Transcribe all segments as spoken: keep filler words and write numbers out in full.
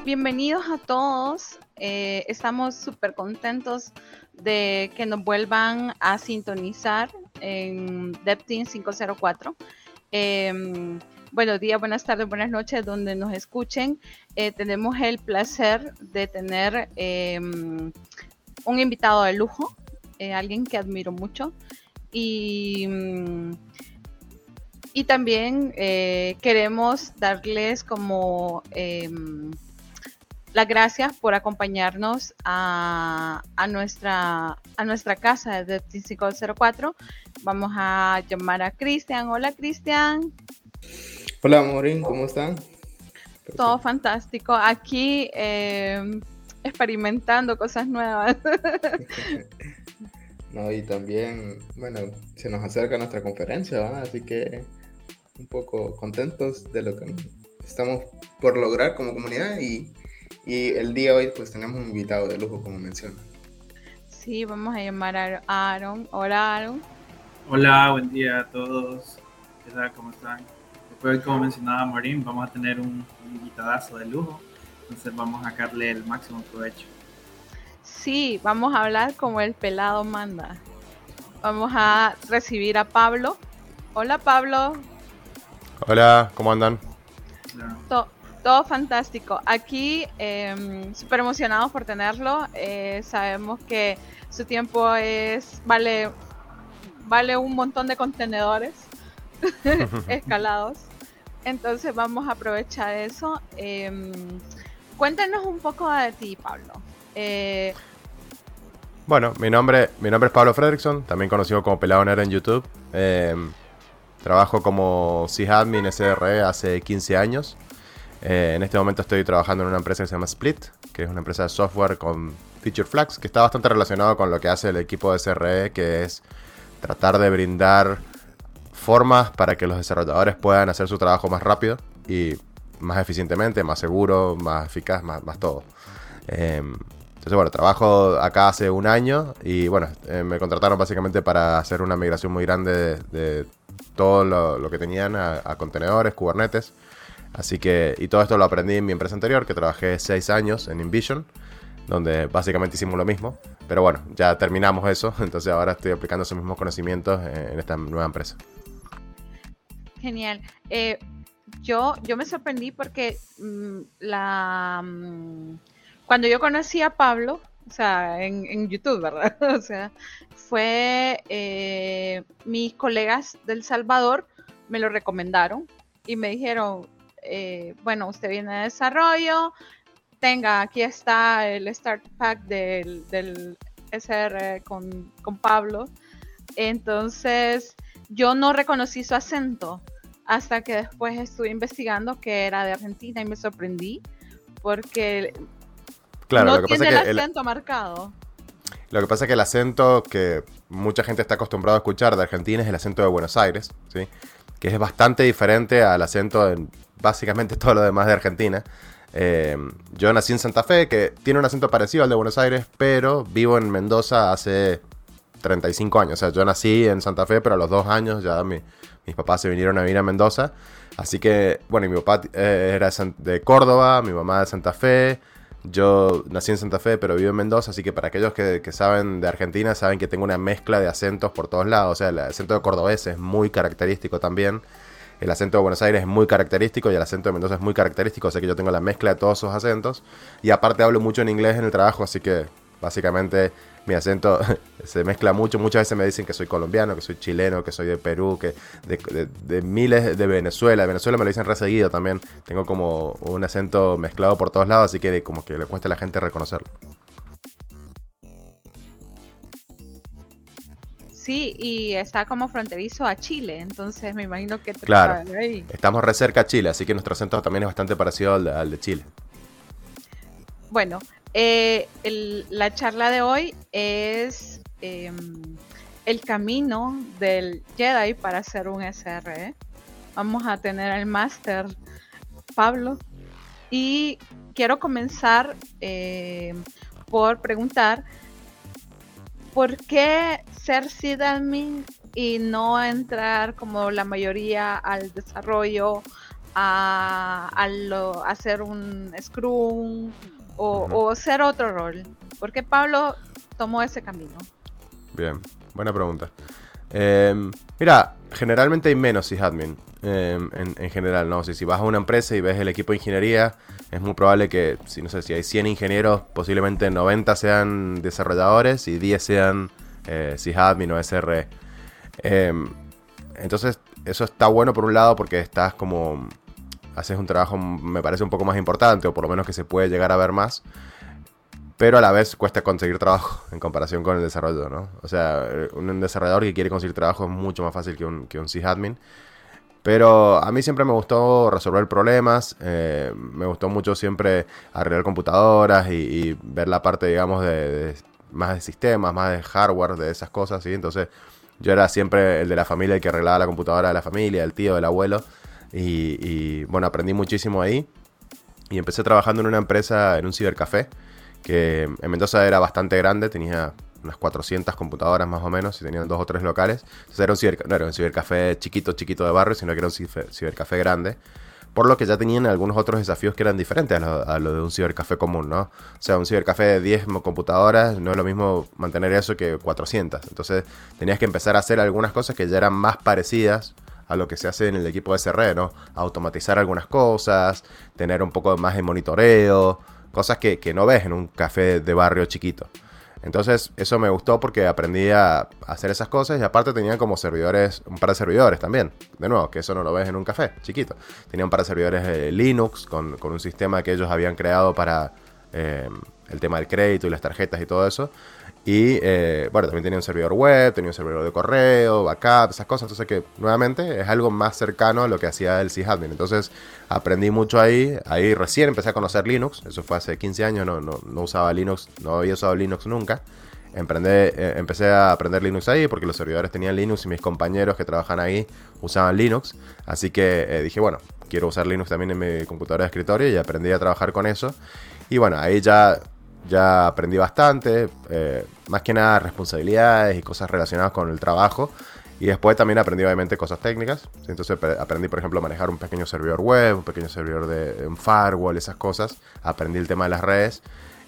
bienvenidos a todos. Eh, estamos súper contentos de que nos vuelvan a sintonizar en DevTeam quinientos cuatro. Eh, buenos días, buenas tardes, buenas noches, donde nos escuchen. Eh, tenemos el placer de tener eh, un invitado de lujo, eh, alguien que admiro mucho. Y... Y también eh, queremos darles como eh, las gracias por acompañarnos a, a, nuestra, a nuestra casa de quinientos cuatro. Vamos a llamar a Cristian. Hola, Cristian. Hola, Morín, ¿cómo están? Todo sí. Fantástico. Aquí eh, experimentando cosas nuevas. No, y también, bueno, se nos acerca nuestra conferencia, ¿verdad? Así que un poco contentos de lo que estamos por lograr como comunidad y, y el día de hoy pues tenemos un invitado de lujo, como menciona. Sí, vamos a llamar a Aaron. Hola, Aaron. Hola, buen día a todos. ¿Qué tal? ¿Cómo están? Después, como mencionaba Marín, vamos a tener un, un invitadazo de lujo, entonces vamos a sacarle el máximo provecho. Sí, vamos a hablar como el pelado manda. Vamos a recibir a Pablo. Hola, Pablo. Hola, ¿cómo andan? To- todo fantástico. Aquí eh, súper emocionados por tenerlo. Eh, sabemos que su tiempo es vale, vale un montón de contenedores escalados. Entonces vamos a aprovechar eso. Eh, cuéntanos un poco de ti, Pablo. Eh, bueno, mi nombre, mi nombre es Pablo Fredrickson, también conocido como Pelado Nerd en YouTube. Eh, trabajo como sysadmin S R E hace quince años. Eh, en este momento estoy trabajando en una empresa que se llama Split, que es una empresa de software con Feature Flags, que está bastante relacionado con lo que hace el equipo de S R E, que es tratar de brindar formas para que los desarrolladores puedan hacer su trabajo más rápido y más eficientemente, más seguro, más eficaz, más, más todo. Eh, entonces, bueno, trabajo acá hace un año y, bueno, eh, me contrataron básicamente para hacer una migración muy grande de, de todo lo, lo que tenían a, a contenedores, Kubernetes. Así que, y todo esto lo aprendí en mi empresa anterior, que trabajé seis años en InVision, donde básicamente hicimos lo mismo. Pero bueno, ya terminamos eso, entonces ahora estoy aplicando esos mismos conocimientos en esta nueva empresa. Genial. Eh, yo, yo me sorprendí porque mmm, la mmm, cuando yo conocí a Pablo, o sea, en, en YouTube, ¿verdad? O sea, fue eh, mis colegas del Salvador me lo recomendaron y me dijeron, eh, bueno, usted viene de desarrollo, tenga, aquí está el Start Pack del, del S R con, con Pablo. Entonces, yo no reconocí su acento hasta que después estuve investigando que era de Argentina y me sorprendí porque claro, no lo que tiene pasa el que acento el, marcado. Lo que pasa es que el acento que mucha gente está acostumbrado a escuchar de Argentina es el acento de Buenos Aires, ¿sí? Que es bastante diferente al acento en básicamente todo lo demás de Argentina. Eh, yo nací en Santa Fe, que tiene un acento parecido al de Buenos Aires, pero vivo en Mendoza hace treinta y cinco años. O sea, yo nací en Santa Fe, pero a los dos años ya mi, mis papás se vinieron a vivir a Mendoza. Así que, bueno, y mi papá eh, era de Córdoba, mi mamá de Santa Fe. Yo nací en Santa Fe, pero vivo en Mendoza, así que para aquellos que, que saben de Argentina, saben que tengo una mezcla de acentos por todos lados. O sea, el acento de cordobés es muy característico también. El acento de Buenos Aires es muy característico y el acento de Mendoza es muy característico. O sea que yo tengo la mezcla de todos esos acentos. Y aparte hablo mucho en inglés en el trabajo, así que básicamente mi acento se mezcla mucho. Muchas veces me dicen que soy colombiano, que soy chileno, que soy de Perú, que de, de, de miles de Venezuela. De Venezuela me lo dicen re seguido también. Tengo como un acento mezclado por todos lados, así que como que le cuesta a la gente reconocerlo. Sí, y está como fronterizo a Chile, entonces me imagino que... Claro, ahí. Estamos re cerca a Chile, así que nuestro acento también es bastante parecido al de, al de Chile. Bueno, eh, el, la charla de hoy es eh, el camino del Jedi para ser un S R E. Vamos a tener al máster Pablo y quiero comenzar eh, por preguntar ¿por qué ser sysadmin y no entrar como la mayoría al desarrollo, a, a lo- a hacer un Scrum o, Ujú. o hacer otro rol? ¿Por qué Pablo tomó ese camino? Bien, buena pregunta. Eh, mira, generalmente hay menos sysadmin. eh, en, en general, ¿no? O sea, si vas a una empresa y ves el equipo de ingeniería, es muy probable que, si no sé, si hay cien ingenieros, posiblemente noventa sean desarrolladores y diez sean eh, sysadmin o S R E. Eh, entonces, eso está bueno por un lado porque estás como... haces un trabajo, me parece, un poco más importante, o por lo menos que se puede llegar a ver más. Pero a la vez cuesta conseguir trabajo en comparación con el desarrollo, ¿no? O sea, un desarrollador que quiere conseguir trabajo es mucho más fácil que un, que un sysadmin. Pero a mí siempre me gustó resolver problemas, eh, me gustó mucho siempre arreglar computadoras y, y ver la parte, digamos, de, de más de sistemas, más de hardware, de esas cosas, ¿sí? Entonces yo era siempre el de la familia, el que arreglaba la computadora de la familia, el tío, el abuelo. Y, y bueno, aprendí muchísimo ahí. Y empecé trabajando en una empresa, en un cibercafé, que en Mendoza era bastante grande, tenía unas cuatrocientas computadoras más o menos, y tenían dos o tres locales. Entonces era un ciber, no era un cibercafé chiquito, chiquito de barrio, sino que era un ciber, cibercafé grande. Por lo que ya tenían algunos otros desafíos que eran diferentes a lo, a lo de un cibercafé común, ¿no? O sea, un cibercafé de diez computadoras no es lo mismo mantener eso que cuatrocientas. Entonces tenías que empezar a hacer algunas cosas que ya eran más parecidas a lo que se hace en el equipo de S R E, ¿no? Automatizar algunas cosas, tener un poco más de monitoreo, cosas que, que no ves en un café de barrio chiquito. Entonces eso me gustó porque aprendí a hacer esas cosas y aparte tenía como servidores, un par de servidores también. De nuevo, que eso no lo ves en un café chiquito. Tenía un par de servidores de Linux con, con un sistema que ellos habían creado para eh, el tema del crédito y las tarjetas y todo eso. Y eh, bueno, también tenía un servidor web, tenía un servidor de correo, backup, esas cosas. Entonces que nuevamente es algo más cercano a lo que hacía el sysadmin. Entonces aprendí mucho ahí. Ahí recién empecé a conocer Linux. Eso fue hace quince años, no, no, no usaba Linux, no había usado Linux nunca. Emprendé, eh, empecé a aprender Linux ahí porque los servidores tenían Linux y mis compañeros que trabajan ahí usaban Linux. Así que eh, dije, bueno, quiero usar Linux también en mi computadora de escritorio y aprendí a trabajar con eso. Y bueno, ahí ya... Ya aprendí bastante, eh, más que nada responsabilidades y cosas relacionadas con el trabajo. Y después también aprendí obviamente cosas técnicas. Entonces aprendí, por ejemplo, a manejar un pequeño servidor web, un pequeño servidor de un firewall, esas cosas. Aprendí el tema de las redes.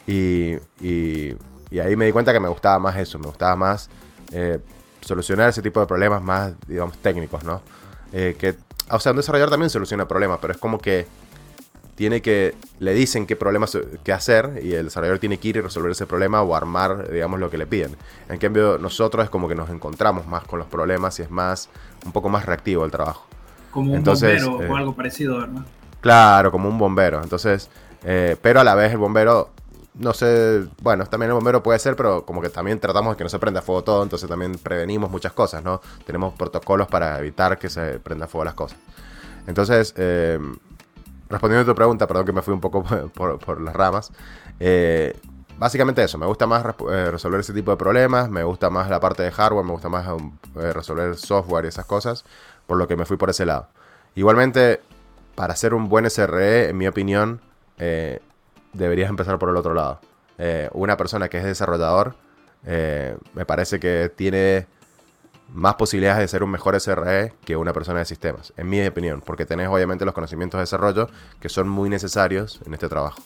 Y, y, y ahí me di cuenta que me gustaba más eso, me gustaba más eh, solucionar ese tipo de problemas más, digamos, técnicos, ¿no? Eh, que, o sea, un desarrollador también soluciona problemas, pero es como que tiene que, le dicen qué problemas qué hacer y el desarrollador tiene que ir y resolver ese problema o armar, digamos, lo que le piden. En cambio, nosotros es como que nos encontramos más con los problemas y es más, un poco más reactivo el trabajo. Como un Entonces, bombero eh, o algo parecido, ¿verdad? Claro, como un bombero. Entonces, eh, pero a la vez el bombero, no sé, bueno, también el bombero puede ser, pero como que también tratamos de que no se prenda fuego todo, entonces también prevenimos muchas cosas, ¿no? Tenemos protocolos para evitar que se prenda fuego las cosas. Entonces, eh, respondiendo a tu pregunta, perdón que me fui un poco por, por las ramas. Eh, básicamente eso, me gusta más eh, resolver ese tipo de problemas, me gusta más la parte de hardware, me gusta más eh, resolver software y esas cosas, por lo que me fui por ese lado. Igualmente, para ser un buen S R E, en mi opinión, eh, deberías empezar por el otro lado. Eh, una persona que es desarrollador, eh, me parece que tiene más posibilidades de ser un mejor S R E que una persona de sistemas, en mi opinión, porque tenés obviamente los conocimientos de desarrollo que son muy necesarios en este trabajo.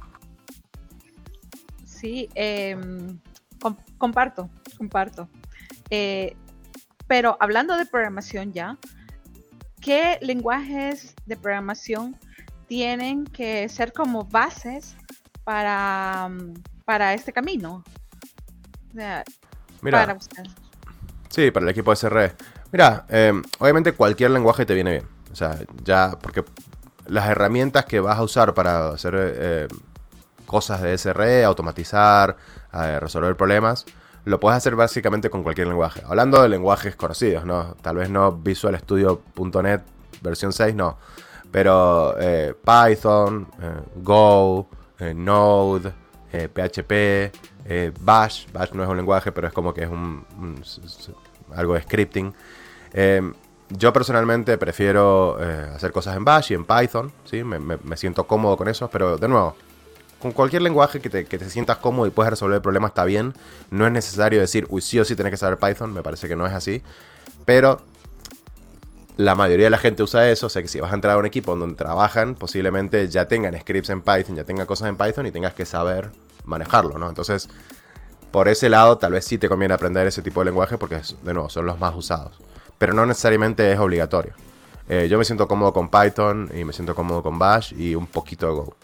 Sí, eh, com comparto, comparto. Eh, pero hablando de programación ya, ¿qué lenguajes de programación tienen que ser como bases para, para este camino? O sea, Mira, para usted. Sí, para el equipo de S R E. Mira, eh, obviamente cualquier lenguaje te viene bien. O sea, ya, porque las herramientas que vas a usar para hacer eh, cosas de S R E, automatizar, eh, resolver problemas, lo puedes hacer básicamente con cualquier lenguaje. Hablando de lenguajes conocidos, ¿no? Tal vez no Visual Studio punto net versión seis, no. Pero eh, Python, eh, Go, eh, Node, eh, P H P, eh, Bash. Bash no es un lenguaje, pero es como que es un, un, algo de scripting. Eh, yo personalmente prefiero eh, hacer cosas en Bash y en Python, ¿sí? Me, me, me siento cómodo con eso, pero de nuevo, con cualquier lenguaje que te, que te sientas cómodo y puedes resolver el problema está bien. No es necesario decir, uy, sí o sí tenés que saber Python, me parece que no es así. Pero la mayoría de la gente usa eso, o sea que si vas a entrar a un equipo donde trabajan, posiblemente ya tengan scripts en Python, ya tengan cosas en Python y tengas que saber manejarlo, ¿no? Entonces, por ese lado, tal vez sí te conviene aprender ese tipo de lenguaje porque, de nuevo, son los más usados. Pero no necesariamente es obligatorio. Eh, yo me siento cómodo con Python y me siento cómodo con Bash y un poquito de Go.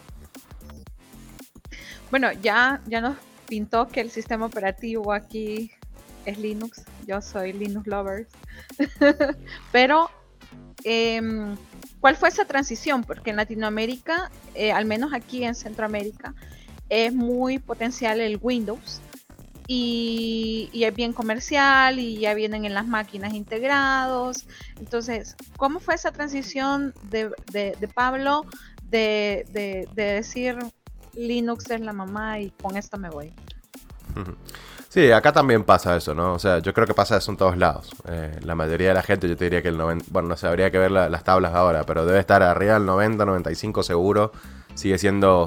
Bueno, ya, ya nos pintó que el sistema operativo aquí es Linux. Yo soy Linux lover. Pero, eh, ¿cuál fue esa transición? Porque en Latinoamérica, eh, al menos aquí en Centroamérica, es muy potencial el Windows. Y, y es bien comercial y ya vienen en las máquinas integrados. Entonces, ¿cómo fue esa transición de, de, de Pablo de, de, de decir Linux es la mamá y con esto me voy? Sí, acá también pasa eso, ¿no? O sea, yo creo que pasa eso en todos lados. Eh, la mayoría de la gente, yo te diría que el noventa, bueno, no sé, habría que ver la, las tablas ahora, pero debe estar arriba del noventa, noventa y cinco seguro. Sigue siendo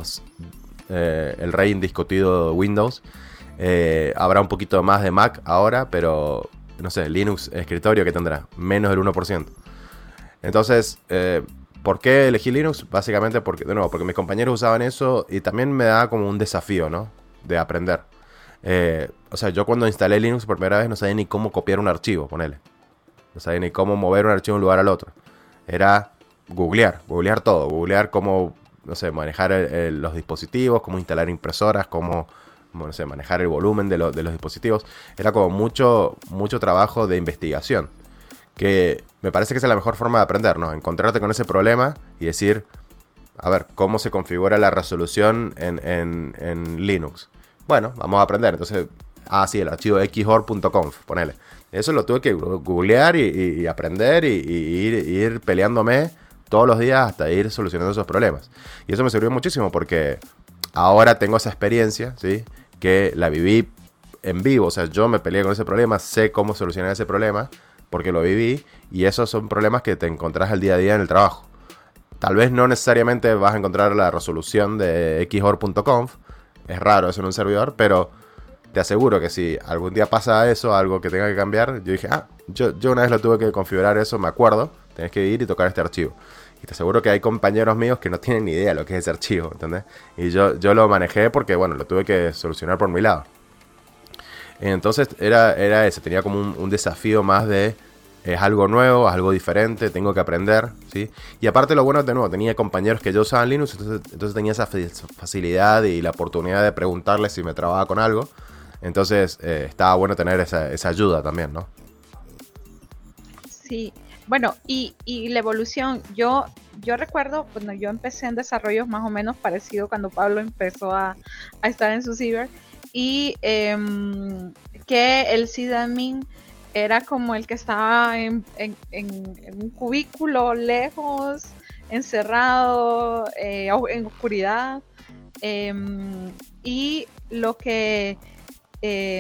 eh, el rey indiscutido de Windows. Eh, habrá un poquito más de Mac ahora, pero no sé, Linux escritorio, ¿qué tendrá? Menos del uno por ciento. Entonces, eh, ¿por qué elegí Linux? Básicamente porque, de nuevo, porque mis compañeros usaban eso y también me da como un desafío, ¿no? De aprender. Eh, o sea, yo cuando instalé Linux por primera vez no sabía ni cómo copiar un archivo, ponele. No sabía ni cómo mover un archivo de un lugar al otro. Era googlear, googlear todo, googlear cómo, no sé, manejar el, el, los dispositivos, cómo instalar impresoras, cómo... no sé, manejar el volumen de, lo, de los dispositivos. Era como mucho, mucho trabajo de investigación. Que me parece que es la mejor forma de aprender, ¿no? Encontrarte con ese problema y decir, a ver, ¿cómo se configura la resolución en, en, en Linux? Bueno, vamos a aprender. Entonces, ah, sí, el archivo xor punto conf, ponele. Eso lo tuve que googlear y, y, y aprender y, y ir, ir peleándome todos los días hasta ir solucionando esos problemas. Y eso me sirvió muchísimo porque ahora tengo esa experiencia, ¿sí? Que la viví en vivo, o sea, yo me peleé con ese problema, sé cómo solucionar ese problema, porque lo viví, y esos son problemas que te encontrás al día a día en el trabajo. Tal vez no necesariamente vas a encontrar la resolución de xor punto conf, es raro eso en un servidor, pero te aseguro que si algún día pasa eso, algo que tenga que cambiar, yo dije, ah, yo, yo una vez lo tuve que configurar eso, me acuerdo, tenés que ir y tocar este archivo. Y te aseguro que hay compañeros míos que no tienen ni idea de lo que es ese archivo, ¿entendés? Y yo, yo lo manejé porque, bueno, lo tuve que solucionar por mi lado. Entonces era, era eso, tenía como un, un desafío más de, es algo nuevo, es algo diferente, tengo que aprender, ¿sí? Y aparte lo bueno, de nuevo, tenía compañeros que yo usaban Linux, entonces, entonces tenía esa facilidad y la oportunidad de preguntarles si me trababa con algo. Entonces eh, estaba bueno tener esa, esa ayuda también, ¿no? Sí. Bueno, y, y la evolución, yo yo recuerdo, cuando yo empecé en desarrollos más o menos parecido cuando Pablo empezó a, a estar en su ciber, y eh, que el sysadmin era como el que estaba en, en, en, en un cubículo lejos, encerrado, eh, en oscuridad, eh, y lo que... Eh,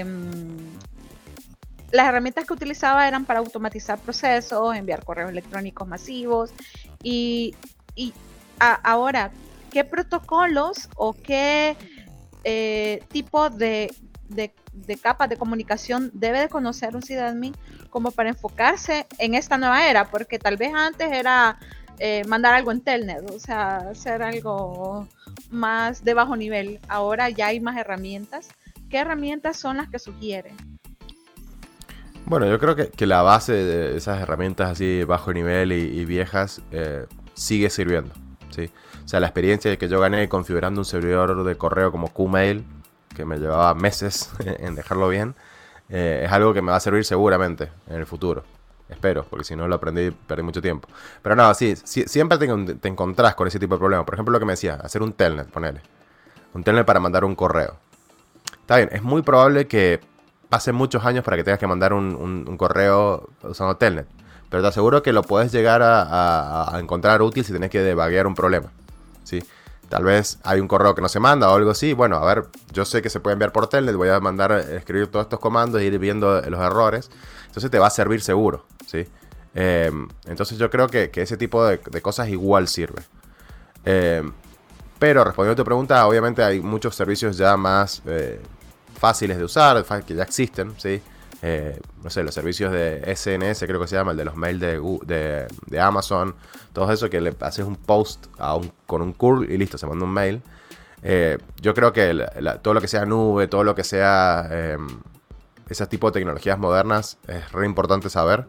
las herramientas que utilizaba eran para automatizar procesos, enviar correos electrónicos masivos y, y a, ahora, ¿qué protocolos o qué eh, tipo de, de, de capas de comunicación debe de conocer un sysadmin como para enfocarse en esta nueva era? Porque tal vez antes era eh, mandar algo en Telnet, o sea, hacer algo más de bajo nivel. Ahora ya hay más herramientas. ¿Qué herramientas son las que sugieren? Bueno, yo creo que, que la base de esas herramientas así bajo nivel y, y viejas eh, sigue sirviendo, ¿sí? O sea, la experiencia que yo gané configurando un servidor de correo como Qmail, que me llevaba meses en dejarlo bien, eh, es algo que me va a servir seguramente en el futuro. Espero, porque si no lo aprendí, perdí mucho tiempo. Pero nada, sí, sí siempre te, te encontrás con ese tipo de problemas. Por ejemplo, lo que me decía, hacer un telnet, ponele. Un telnet para mandar un correo. Está bien, es muy probable que pasen muchos años para que tengas que mandar un, un, un correo usando Telnet. Pero te aseguro que lo puedes llegar a, a, a encontrar útil si tenés que debuguear un problema, ¿sí? Tal vez hay un correo que no se manda o algo así. Bueno, a ver, yo sé que se puede enviar por Telnet. Voy a mandar, escribir todos estos comandos e ir viendo los errores. Entonces te va a servir seguro, ¿sí? Eh, entonces yo creo que, que ese tipo de, de cosas igual sirve. Eh, pero respondiendo a tu pregunta, obviamente hay muchos servicios ya más... Eh, fáciles de usar, que ya existen, ¿sí? eh, no sé, los servicios de S N S, creo que se llama, el de los mails de, de, de Amazon, todo eso que le haces un post a un, con un curl y listo, se manda un mail. Eh, yo creo que la, la, todo lo que sea nube, todo lo que sea eh, ese tipo de tecnologías modernas es re importante saber.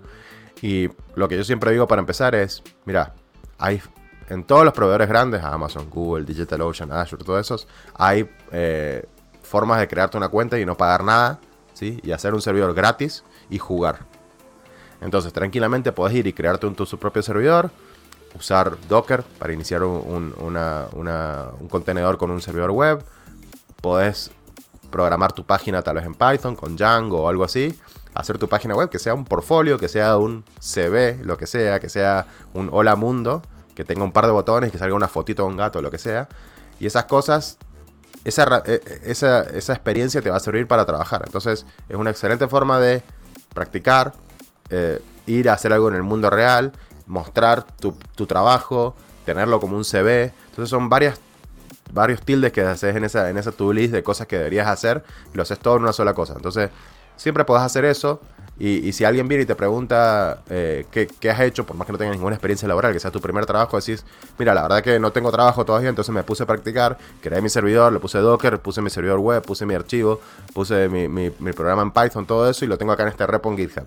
Y lo que yo siempre digo para empezar es, mira, hay en todos los proveedores grandes, Amazon, Google, DigitalOcean, Azure, todos esos, hay eh, formas de crearte una cuenta y no pagar nada, ¿sí? Y hacer un servidor gratis y jugar. Entonces, tranquilamente podés ir y crearte un, tu su propio servidor, usar Docker para iniciar un, un, una, una, un contenedor con un servidor web. Podés programar tu página tal vez en Python, con Django o algo así. Hacer tu página web, que sea un portfolio, que sea un C V, lo que sea, que sea un hola mundo, que tenga un par de botones, que salga una fotito de un gato, lo que sea. Y esas cosas, esa, esa, esa experiencia te va a servir para trabajar. Entonces, es una excelente forma de practicar, eh, ir a hacer algo en el mundo real, mostrar tu, tu trabajo, tenerlo como un C V. Entonces son varias, varios tildes que haces en esa, en esa to-do list de cosas que deberías hacer, y lo haces todo en una sola cosa. Entonces siempre podés hacer eso, y, y si alguien viene y te pregunta eh, ¿qué, qué has hecho, por más que no tengas ninguna experiencia laboral, que sea tu primer trabajo, decís, mira, la verdad que no tengo trabajo todavía, entonces me puse a practicar, creé mi servidor, le puse Docker, puse mi servidor web, puse mi archivo, puse mi, mi, mi programa en Python, todo eso, y lo tengo acá en este repo en GitHub.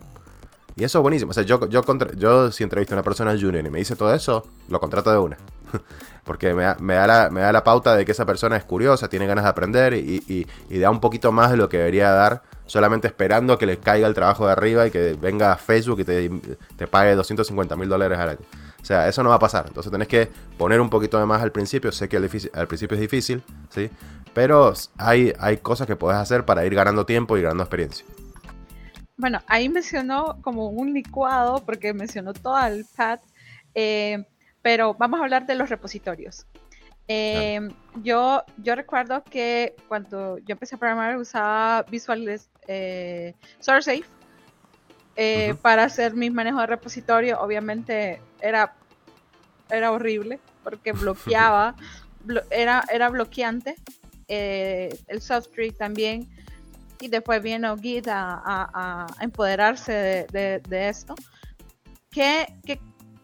Y eso es buenísimo. O sea, yo, yo, contra, yo si entrevisto a una persona junior y me dice todo eso, lo contrato de una. Porque me da, me, da la, me da la pauta de que esa persona es curiosa, tiene ganas de aprender, y, y, y da un poquito más de lo que debería dar, solamente esperando que le caiga el trabajo de arriba y que venga Facebook y te, te pague doscientos cincuenta mil dólares al año. O sea, eso no va a pasar. Entonces tenés que poner un poquito de más al principio. Sé que al, difícil, al principio es difícil, ¿sí? Pero hay, hay cosas que podés hacer para ir ganando tiempo y ganando experiencia. Bueno, ahí mencionó como un licuado, porque mencionó todo el path, eh, pero vamos a hablar de los repositorios. Eh, claro. yo, yo recuerdo que cuando yo empecé a programar usaba Visual eh, SourceSafe eh, uh-huh. para hacer mis manejos de repositorio. Obviamente era, era horrible porque bloqueaba, blo- era, era bloqueante, eh, el SoftStream también. Y después vino Git a, a, a empoderarse de, de, de esto. Que, que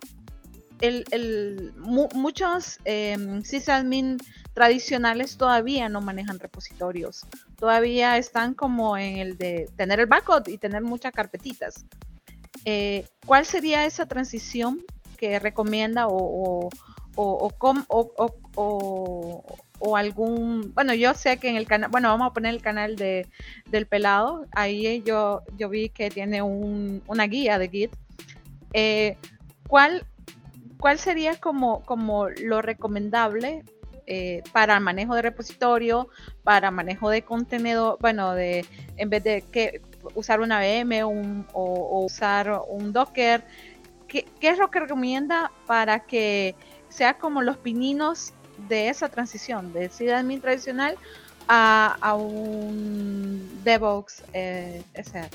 el, el, mu, muchos eh, sysadmin tradicionales todavía no manejan repositorios. Todavía están como en el de tener el backup y tener muchas carpetitas. Eh, ¿Cuál sería esa transición que recomienda o, o, o, o, o, o, o o algún, bueno, yo sé que en el canal, bueno, vamos a poner el canal de del pelado, ahí yo, yo vi que tiene un, una guía de Git. Eh, ¿cuál, ¿Cuál sería como, como lo recomendable eh, para manejo de repositorio, para manejo de contenedor, bueno, de en vez de que usar una V M un, o, o usar un Docker? ¿Qué, ¿Qué es lo que recomienda para que sea como los pininos de esa transición de sysadmin tradicional a, a un DevOps eh, S R?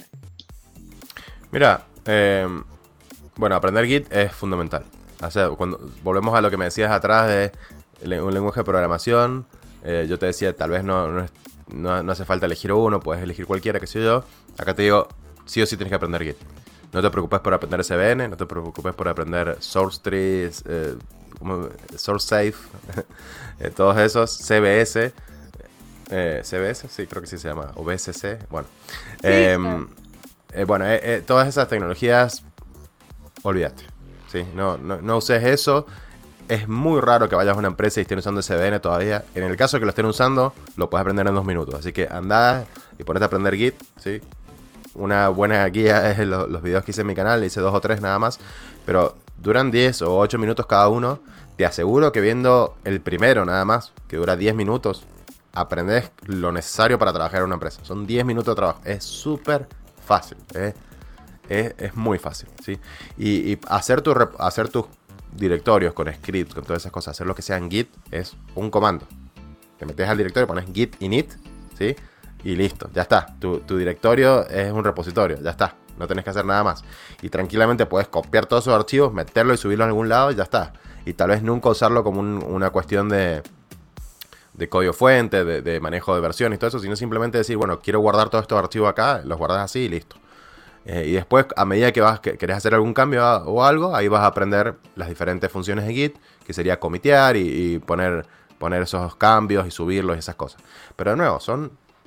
Mira, eh, bueno, aprender Git es fundamental. O sea, cuando volvemos a lo que me decías atrás de un lenguaje de programación, eh, yo te decía, tal vez no, no, es, no, no hace falta elegir uno, puedes elegir cualquiera, qué sé yo. Acá te digo, sí o sí tienes que aprender Git. No te preocupes por aprender S V N, no te preocupes por aprender SourceTree, eh, SourceSafe, eh, todos esos, C V S, eh, C V S, sí, creo que sí se llama, o B S C, bueno. Sí, eh, sí. Eh, bueno, eh, eh, todas esas tecnologías, olvídate, ¿sí? No, no, no uses eso. Es muy raro que vayas a una empresa y estén usando S V N todavía. En el caso de que lo estén usando, lo puedes aprender en dos minutos. Así que andá y ponete a aprender Git, ¿sí? Una buena guía es los, los videos que hice en mi canal, hice dos o tres nada más, pero duran diez o ocho minutos cada uno. Te aseguro que viendo el primero nada más, que dura diez minutos, aprendes lo necesario para trabajar en una empresa. Son diez minutos de trabajo, es súper fácil, ¿eh? es, es muy fácil, ¿sí? Y, y hacer, tu, hacer tus directorios con scripts, con todas esas cosas, hacer lo que sea en Git es un comando. Te metes al directorio, pones git init, ¿sí? Y listo, ya está. Tu, tu directorio es un repositorio, ya está. No tenés que hacer nada más. Y tranquilamente puedes copiar todos esos archivos, meterlo y subirlo a algún lado y ya está. Y tal vez nunca usarlo como un, una cuestión de, de código fuente, de, de manejo de versiones y todo eso, sino simplemente decir, bueno, quiero guardar todos estos archivos acá, los guardas así y listo. Eh, y después, a medida que vas que querés hacer algún cambio a, o algo, ahí vas a aprender las diferentes funciones de Git, que sería comitear y, y poner, poner esos cambios y subirlos y esas cosas. Pero de nuevo, son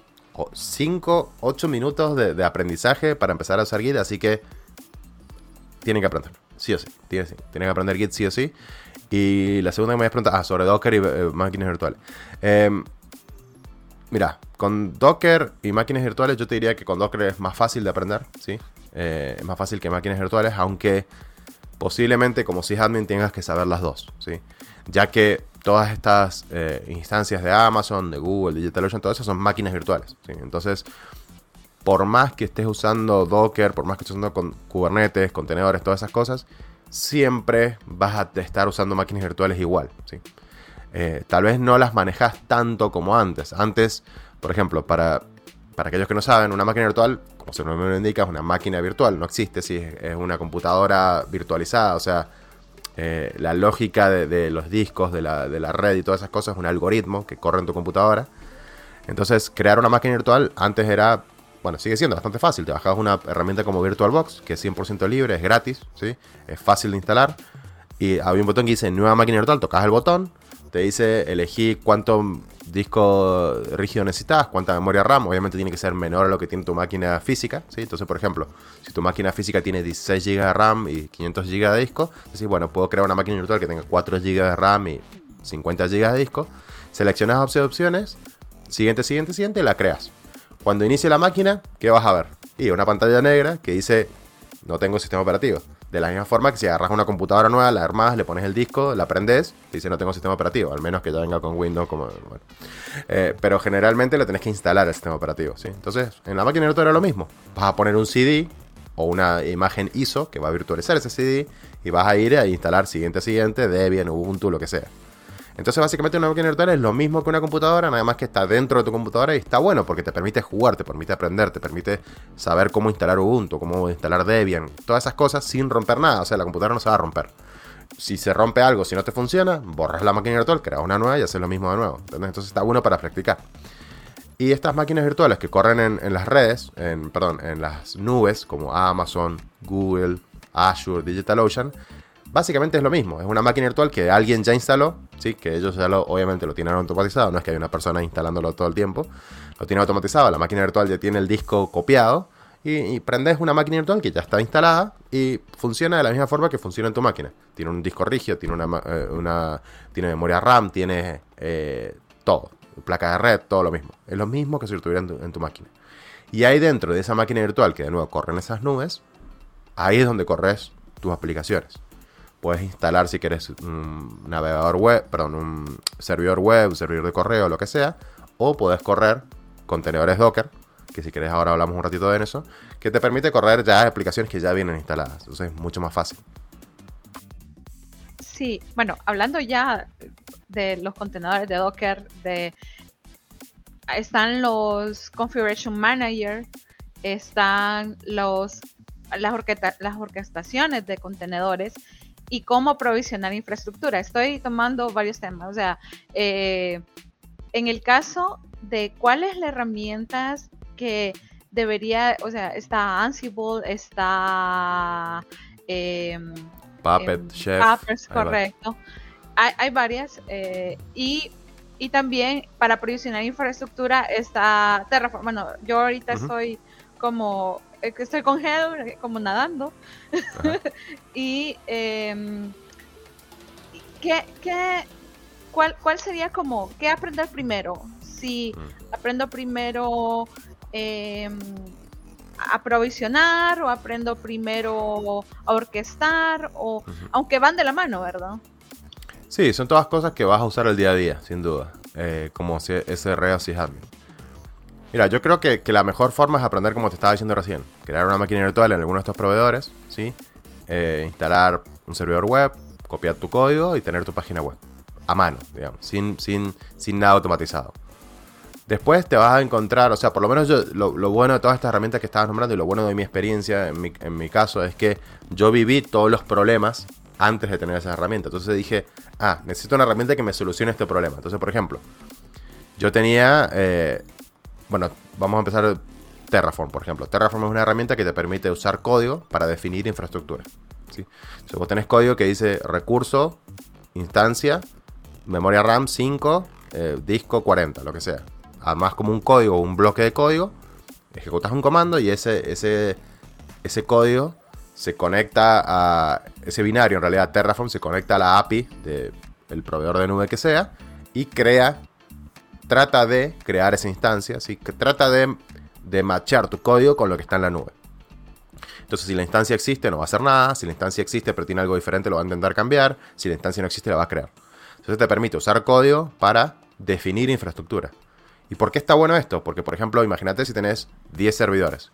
cinco, ocho minutos de, de aprendizaje para empezar a usar Git, así que tienen que aprender, sí o sí. Tienen, sí, tienen que aprender Git sí o sí. Y la segunda que me habías preguntado, ah, sobre Docker y eh, máquinas virtuales. Eh, Mira, con Docker y máquinas virtuales yo te diría que con Docker es más fácil de aprender, ¿sí? Eh, es más fácil que máquinas virtuales, aunque posiblemente como sysadmin tengas que saber las dos, ¿sí? Ya que todas estas eh, instancias de Amazon, de Google, DigitalOcean, todo eso son máquinas virtuales, ¿sí? Entonces, por más que estés usando Docker, por más que estés usando con Kubernetes, contenedores, todas esas cosas, siempre vas a estar usando máquinas virtuales igual, ¿sí? Eh, tal vez no las manejas tanto como antes. Antes, por ejemplo, para, para aquellos que no saben, una máquina virtual, como su nombre lo indica, es una máquina virtual. No existe si es, es una computadora virtualizada. O sea, eh, la lógica de, de los discos, de la, de la red y todas esas cosas es un algoritmo que corre en tu computadora. Entonces, crear una máquina virtual antes era, bueno, sigue siendo bastante fácil. Te bajabas una herramienta como VirtualBox, que es cien por ciento libre, es gratis, ¿sí? Es fácil de instalar. Y había un botón que dice nueva máquina virtual, tocas el botón. Te dice, elegí cuánto disco rígido necesitas, cuánta memoria RAM. Obviamente tiene que ser menor a lo que tiene tu máquina física, ¿sí? Entonces, por ejemplo, si tu máquina física tiene dieciséis gigas de RAM y quinientos gigas de disco, decís, bueno, puedo crear una máquina virtual que tenga cuatro gigas de RAM y cincuenta gigas de disco. Seleccionas opciones, siguiente, siguiente, siguiente, y la creas. Cuando inicie la máquina, ¿qué vas a ver? Y una pantalla negra que dice, no tengo sistema operativo. De la misma forma que si agarras una computadora nueva, la armas, le pones el disco, la prendes, te dice no tengo sistema operativo, al menos que ya venga con Windows, como bueno. Eh, pero generalmente lo tenés que instalar el sistema operativo, ¿sí? Entonces, en la máquina virtual era lo mismo. Vas a poner un C D o una imagen I S O que va a virtualizar ese C D y vas a ir a instalar siguiente, siguiente, Debian, Ubuntu, lo que sea. Entonces, básicamente una máquina virtual es lo mismo que una computadora, nada más que está dentro de tu computadora y está bueno porque te permite jugar, te permite aprender, te permite saber cómo instalar Ubuntu, cómo instalar Debian, todas esas cosas sin romper nada. O sea, la computadora no se va a romper. Si se rompe algo, si no te funciona, borras la máquina virtual, creas una nueva y haces lo mismo de nuevo. ¿Entendés? Entonces está bueno para practicar. Y estas máquinas virtuales que corren en, en las redes, en, perdón, en las nubes como Amazon, Google, Azure, DigitalOcean, básicamente es lo mismo, es una máquina virtual que alguien ya instaló, ¿sí? Que ellos ya lo, obviamente lo tienen automatizado, no es que hay una persona instalándolo todo el tiempo, lo tiene automatizado, la máquina virtual ya tiene el disco copiado y, y prendes una máquina virtual que ya está instalada y funciona de la misma forma que funciona en tu máquina. Tiene un disco rígido, tiene, una, eh, una, tiene memoria RAM, tiene eh, todo, placa de red, todo lo mismo. Es lo mismo que si lo tuviera en tu, en tu máquina. Y ahí dentro de esa máquina virtual que de nuevo corren esas nubes, ahí es donde corres tus aplicaciones. Puedes instalar si quieres un navegador web, perdón, un servidor web, un servidor de correo, lo que sea. O puedes correr contenedores Docker, que si querés ahora hablamos un ratito de eso, que te permite correr ya aplicaciones que ya vienen instaladas. Entonces es mucho más fácil. Sí, bueno, hablando ya de los contenedores de Docker, de están los Configuration Manager, están los las, orquesta, las orquestaciones de contenedores y cómo provisionar infraestructura. Estoy tomando varios temas, o sea, eh, en el caso de cuáles las herramientas que debería, o sea, está Ansible, está eh, Puppet, eh, Chef. Puppet, correcto. Hay, hay varias eh, y, y también para provisionar infraestructura está Terraform. Bueno, yo ahorita uh-huh. estoy como estoy con Heather, como nadando. y eh, ¿qué, qué, cuál, ¿cuál sería como, qué aprender primero? Si uh-huh. aprendo primero eh, a provisionar o aprendo primero a orquestar, o uh-huh. aunque van de la mano, ¿verdad? Sí, son todas cosas que vas a usar el día a día, sin duda, eh, como S R o sysadmin. Mira, yo creo que, que la mejor forma es aprender como te estaba diciendo recién. Crear una máquina virtual en alguno de estos proveedores, ¿sí? Eh, instalar un servidor web, copiar tu código y tener tu página web a mano, digamos, sin, sin, sin nada automatizado. Después te vas a encontrar, o sea, por lo menos yo, lo, lo bueno de todas estas herramientas que estabas nombrando y lo bueno de mi experiencia, en mi, en mi caso, es que yo viví todos los problemas antes de tener esa herramienta. Entonces dije, ah, necesito una herramienta que me solucione este problema. Entonces, por ejemplo, yo tenía... Eh, Bueno, vamos a empezar Terraform, por ejemplo. Terraform es una herramienta que te permite usar código para definir infraestructura, ¿sí? Si vos tenés código que dice recurso, instancia, memoria RAM cinco, eh, disco cuarenta, lo que sea. Además, como un código o un bloque de código, ejecutas un comando y ese, ese, ese código se conecta a... Ese binario, en realidad, Terraform, se conecta a la A P I del proveedor de nube que sea y crea... Trata de crear esa instancia, ¿sí? Que trata de, de matchar tu código con lo que está en la nube. Entonces, si la instancia existe, no va a hacer nada. Si la instancia existe, pero tiene algo diferente, lo va a intentar cambiar. Si la instancia no existe, la va a crear. Entonces, te permite usar código para definir infraestructura. ¿Y por qué está bueno esto? Porque, por ejemplo, imagínate si tenés diez servidores.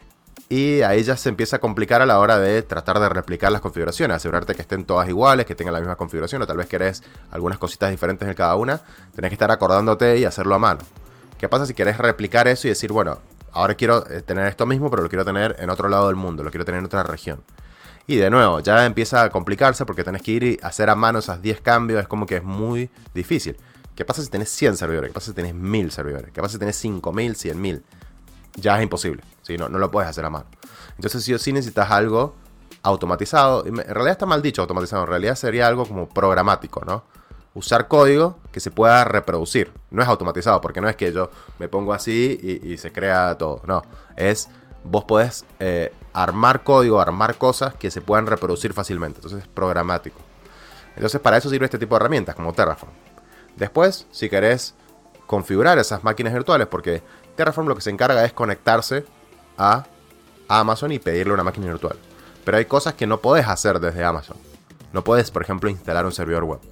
Y ahí ya se empieza a complicar a la hora de tratar de replicar las configuraciones, asegurarte que estén todas iguales, que tengan la misma configuración, o tal vez querés algunas cositas diferentes en cada una, tenés que estar acordándote y hacerlo a mano. ¿Qué pasa si querés replicar eso y decir, bueno, ahora quiero tener esto mismo, pero lo quiero tener en otro lado del mundo, lo quiero tener en otra región? Y de nuevo, ya empieza a complicarse porque tenés que ir y hacer a mano esos diez cambios, es como que es muy difícil. ¿Qué pasa si tenés cien servidores? ¿Qué pasa si tenés mil servidores? ¿Qué pasa si tenés cinco mil, cien mil? Ya es imposible, ¿sí? no, no lo puedes hacer a mano. Entonces sí o sí necesitas algo automatizado. En realidad está mal dicho automatizado, en realidad sería algo como programático, ¿no? Usar código que se pueda reproducir. No es automatizado, porque no es que yo me pongo así y, y se crea todo. No, es vos podés eh, armar código, armar cosas que se puedan reproducir fácilmente. Entonces es programático. Entonces para eso sirve este tipo de herramientas como Terraform. Después, si querés configurar esas máquinas virtuales, porque Terraform lo que se encarga es conectarse a Amazon y pedirle una máquina virtual. Pero hay cosas que no podés hacer desde Amazon. No puedes, por ejemplo, instalar un servidor web.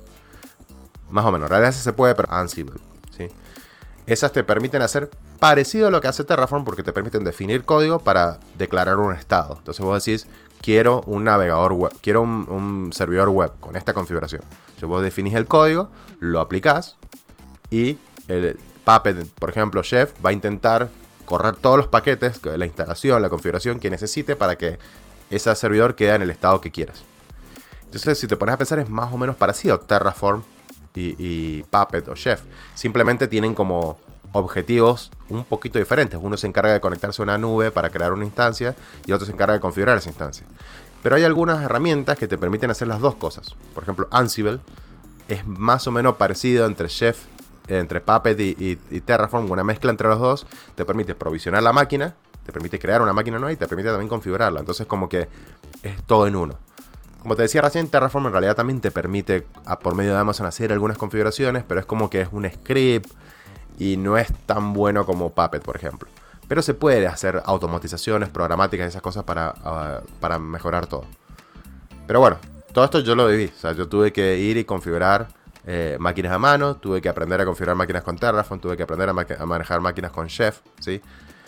Más o menos, en realidad se puede, pero Ansible, ¿sí? Esas te permiten hacer parecido a lo que hace Terraform porque te permiten definir código para declarar un estado. Entonces vos decís, quiero un navegador web, quiero un, un servidor web con esta configuración. Entonces vos definís el código, lo aplicás y el Puppet, por ejemplo, Chef, va a intentar correr todos los paquetes, la instalación, la configuración que necesite para que ese servidor quede en el estado que quieras. Entonces, si te pones a pensar, es más o menos parecido a Terraform y, y Puppet o Chef. Simplemente tienen como objetivos un poquito diferentes. Uno se encarga de conectarse a una nube para crear una instancia y otro se encarga de configurar esa instancia. Pero hay algunas herramientas que te permiten hacer las dos cosas. Por ejemplo, Ansible es más o menos parecido entre Chef, entre Puppet y, y, y Terraform, una mezcla entre los dos. Te permite provisionar la máquina, te permite crear una máquina nueva y te permite también configurarla. Entonces como que es todo en uno. Como te decía recién, Terraform en realidad también te permite a, por medio de Amazon hacer algunas configuraciones, pero es como que es un script y no es tan bueno como Puppet, por ejemplo. Pero se puede hacer automatizaciones, programáticas y esas cosas para, uh, para mejorar todo. Pero bueno, todo esto yo lo viví. O sea, yo tuve que ir y configurar Eh, máquinas a mano, tuve que aprender a configurar máquinas con Terraform, tuve que aprender a, ma a manejar máquinas con Chef, ¿sí?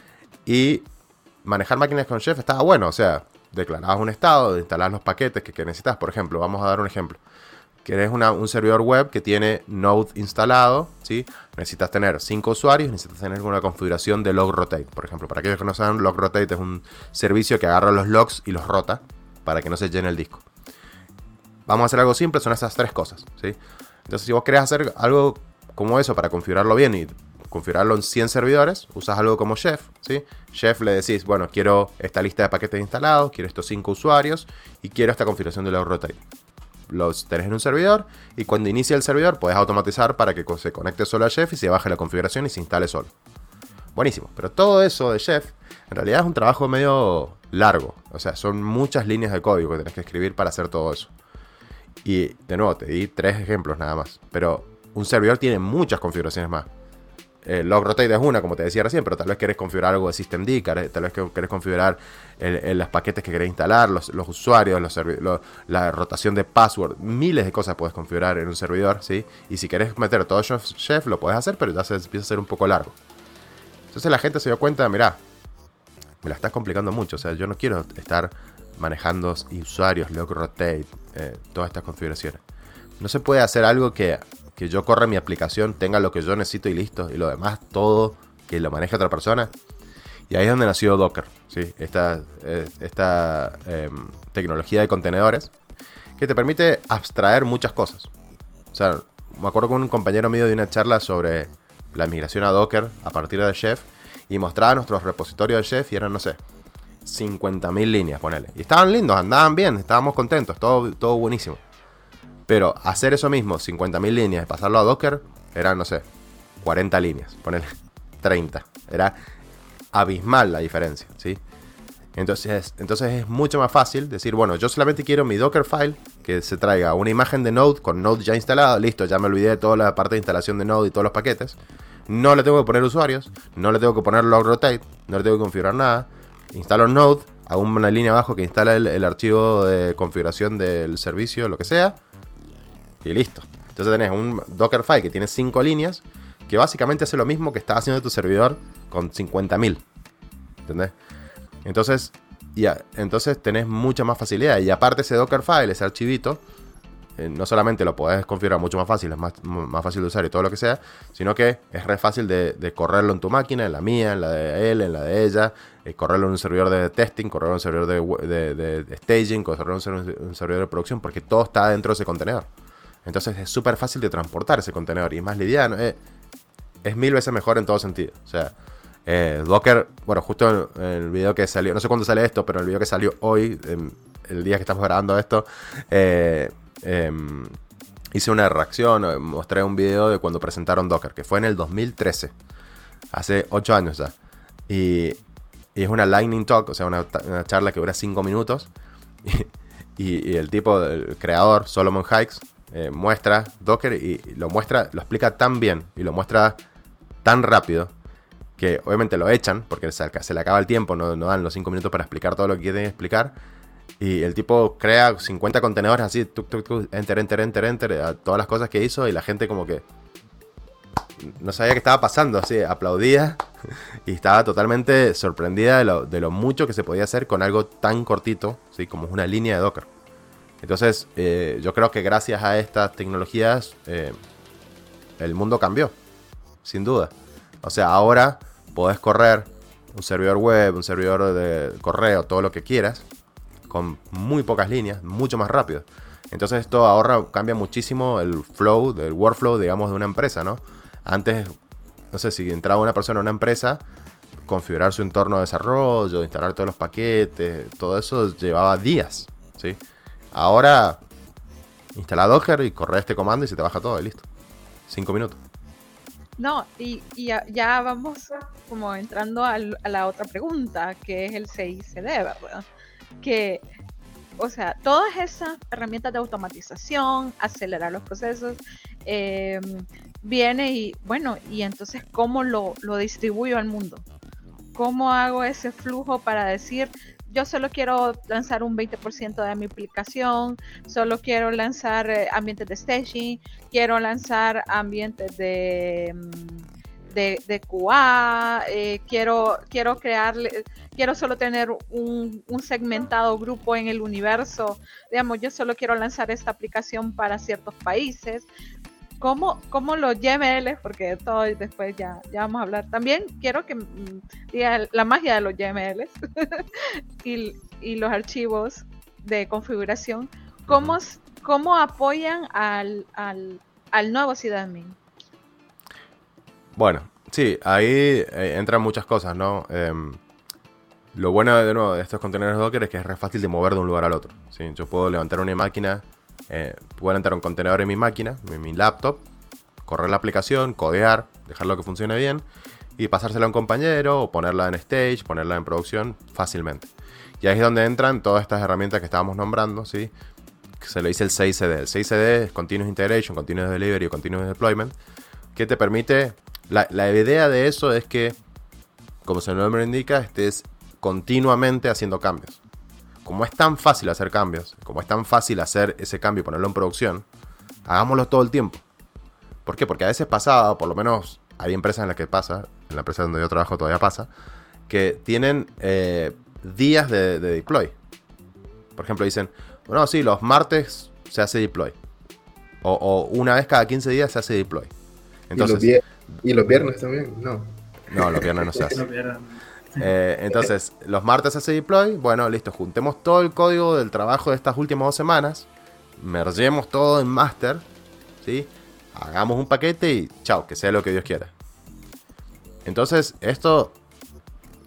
Y manejar máquinas con Chef estaba bueno, o sea, declarabas un estado, instalabas los paquetes que, que necesitas. Por ejemplo, vamos a dar un ejemplo. Querés una, un servidor web que tiene Node instalado, ¿sí? Necesitas tener cinco usuarios, necesitas tener una configuración de log rotate. Por ejemplo, para aquellos que no saben, log rotate es un servicio que agarra los logs y los rota para que no se llene el disco. Vamos a hacer algo simple, son esas tres cosas, ¿sí? Entonces, si vos querés hacer algo como eso para configurarlo bien y configurarlo en cien servidores, usas algo como Chef, ¿sí? Chef le decís, bueno, quiero esta lista de paquetes instalados, quiero estos cinco usuarios y quiero esta configuración de log rotate. Los tenés en un servidor y cuando inicia el servidor podés automatizar para que se conecte solo a Chef y se baje la configuración y se instale solo. Buenísimo, pero todo eso de Chef en realidad es un trabajo medio largo. O sea, son muchas líneas de código que tenés que escribir para hacer todo eso. Y de nuevo, te di tres ejemplos nada más. Pero un servidor tiene muchas configuraciones más. Eh, log rotate es una, como te decía recién, pero tal vez querés configurar algo de systemd, tal vez querés configurar el, el, los paquetes que querés instalar, los, los usuarios, los los, la rotación de password. Miles de cosas puedes configurar en un servidor, ¿sí? Y si querés meter todo Chef, Chef lo podés hacer, pero ya se empieza a ser un poco largo. Entonces la gente se dio cuenta, mirá, me la estás complicando mucho. O sea, yo no quiero estar manejando usuarios, log rotate, eh, todas estas configuraciones. No se puede hacer algo que, que yo corra mi aplicación, tenga lo que yo necesito y listo, y lo demás todo que lo maneje otra persona. Y ahí es donde nació Docker, ¿sí? Esta, eh, esta eh, tecnología de contenedores que te permite abstraer muchas cosas. O sea, me acuerdo con un compañero mío de una charla sobre la migración a Docker a partir de Chef, y mostraba nuestros repositorios de Chef y eran, no sé, cincuenta mil líneas, ponele. Y estaban lindos, andaban bien, estábamos contentos, todo, todo buenísimo. Pero hacer eso mismo, cincuenta mil líneas, y pasarlo a Docker, eran, no sé, cuarenta líneas, ponele, treinta. Era abismal la diferencia, ¿sí? Entonces, entonces es mucho más fácil decir, bueno, yo solamente quiero mi Dockerfile que se traiga una imagen de Node con Node ya instalado, listo, ya me olvidé de toda la parte de instalación de Node y todos los paquetes. No le tengo que poner usuarios, no le tengo que poner log rotate, no le tengo que configurar nada. Instalo Node, hago una línea abajo que instala el, el archivo de configuración del servicio, lo que sea, y listo. Entonces tenés un Dockerfile que tiene cinco líneas, que básicamente hace lo mismo que está haciendo tu servidor con cincuenta mil. ¿Entendés? Entonces, ya, entonces tenés mucha más facilidad. Y aparte ese Dockerfile, ese archivito, eh, no solamente lo podés configurar mucho más fácil, es más, más fácil de usar y todo lo que sea, sino que es re fácil de, de correrlo en tu máquina, en la mía, en la de él, en la de ella, eh, correrlo en un servidor de testing, correrlo en un servidor de, de, de, de staging, correrlo en un servidor de producción, porque todo está dentro de ese contenedor. Entonces es súper fácil de transportar ese contenedor y es más liviano. Eh, es mil veces mejor en todo sentido. O sea, eh, Docker, bueno, justo en, en el video que salió, no sé cuándo sale esto, pero en el video que salió hoy, en, el día que estamos grabando esto, eh, eh, hice una reacción, mostré un video de cuando presentaron Docker, que fue en el dos mil trece, hace ocho años ya. Y, y es una lightning talk, o sea, una, una charla que dura cinco minutos. Y, y, y el tipo, el creador, Solomon Hykes, eh, muestra Docker y, y lo muestra, lo explica tan bien y lo muestra tan rápido que obviamente lo echan porque se, se le acaba el tiempo, no, no dan los cinco minutos para explicar todo lo que quieren explicar. Y el tipo crea cincuenta contenedores así, tuk, tuk, tuk, enter, enter, enter, enter, a todas las cosas que hizo y la gente como que no sabía qué estaba pasando, así, aplaudía y estaba totalmente sorprendida de lo, de lo mucho que se podía hacer con algo tan cortito, ¿sí? Como una línea de Docker. Entonces, eh, yo creo que gracias a estas tecnologías eh, el mundo cambió, sin duda. O sea, ahora podés correr un servidor web, un servidor de correo, todo lo que quieras, con muy pocas líneas, mucho más rápido. Entonces esto ahorra, cambia muchísimo el flow, del workflow, digamos, de una empresa, ¿no? Antes, no sé, si entraba una persona a una empresa, configurar su entorno de desarrollo, instalar todos los paquetes, todo eso llevaba días, ¿sí? Ahora, instala Docker y corre este comando y se te baja todo y listo. Cinco minutos. No, y, y ya, ya vamos como entrando al, a la otra pregunta, que es el C I C D, ¿verdad? Que, o sea, todas esas herramientas de automatización, acelerar los procesos, eh, viene y, bueno, y entonces, ¿cómo lo, lo distribuyo al mundo? ¿Cómo hago ese flujo para decir, yo solo quiero lanzar un veinte por ciento de mi aplicación, solo quiero lanzar eh, ambientes de staging, quiero lanzar ambientes de, de, de Q A, eh, quiero, quiero crearle, quiero solo tener un, un segmentado grupo en el universo, digamos, yo solo quiero lanzar esta aplicación para ciertos países. ¿Cómo, cómo los Y M Ls? Porque todo después ya, ya vamos a hablar. También quiero que mm, diga la magia de los Y M Ls y, y los archivos de configuración. ¿Cómo, cómo apoyan al, al, al nuevo sysadmin? Bueno, sí, ahí eh, entran muchas cosas, ¿no? Eh, lo bueno de nuevo de estos contenedores Docker es que es re fácil de mover de un lugar al otro, ¿sí? Yo puedo levantar una máquina. Eh, puedo entrar un contenedor en mi máquina, en mi laptop, correr la aplicación, codear, dejarlo que funcione bien y pasársela a un compañero o ponerla en stage, ponerla en producción fácilmente. Y ahí es donde entran todas estas herramientas que estábamos nombrando, ¿sí? Que se le dice el C I C D. El C I C D es Continuous Integration, Continuous Delivery o Continuous Deployment, que te permite... La, la idea de eso es que, como su nombre indica, estés continuamente haciendo cambios. Como es tan fácil hacer cambios, como es tan fácil hacer ese cambio y ponerlo en producción, hagámoslo todo el tiempo. ¿Por qué? Porque a veces pasa, por lo menos hay empresas en las que pasa, en la empresa donde yo trabajo todavía pasa, que tienen eh, días de, de deploy. Por ejemplo, dicen, bueno, sí, los martes se hace deploy. O, o una vez cada quince días se hace deploy. Entonces, ¿Y, los ¿Y los viernes también? No. No, los viernes no se hace. Eh, entonces, los martes hace deploy. Bueno, listo, juntemos todo el código del trabajo de estas últimas dos semanas, mergemos todo en master, ¿sí? Hagamos un paquete y chao, que sea lo que Dios quiera. Entonces, esto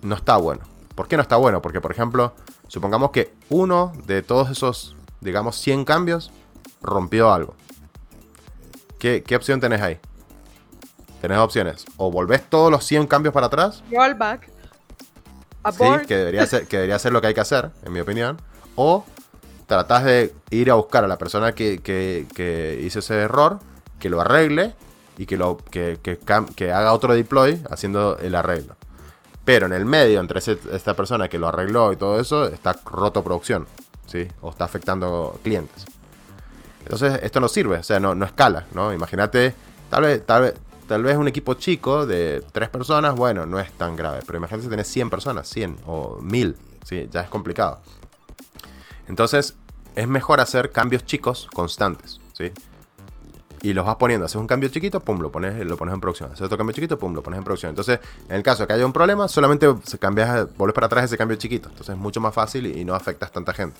no está bueno. ¿Por qué no está bueno? Porque, por ejemplo, supongamos que uno de todos esos, digamos, cien cambios rompió algo. ¿Qué, qué opción tenés ahí? Tenés opciones. O volvés todos los cien cambios para atrás. Rollback. Sí, que debería ser, que debería ser lo que hay que hacer, en mi opinión. O tratás de ir a buscar a la persona que, que, que hizo ese error, que lo arregle y que, lo, que, que, que haga otro deploy haciendo el arreglo. Pero en el medio, entre ese, esta persona que lo arregló y todo eso, está roto producción, ¿sí? O está afectando clientes. Entonces, esto no sirve, o sea, no, no escala, ¿no? Imagínate, tal vez, tal vez, tal vez un equipo chico de tres personas, bueno, no es tan grave. Pero imagínate si tenés cien personas, cien o mil, ¿sí? Ya es complicado. Entonces, es mejor hacer cambios chicos constantes, ¿sí? Y los vas poniendo. Haces un cambio chiquito, pum, lo pones, lo pones en producción. Haces otro cambio chiquito, pum, lo pones en producción. Entonces, en el caso de que haya un problema, solamente se cambias, volves para atrás ese cambio chiquito. Entonces es mucho más fácil y, y no afectas tanta gente.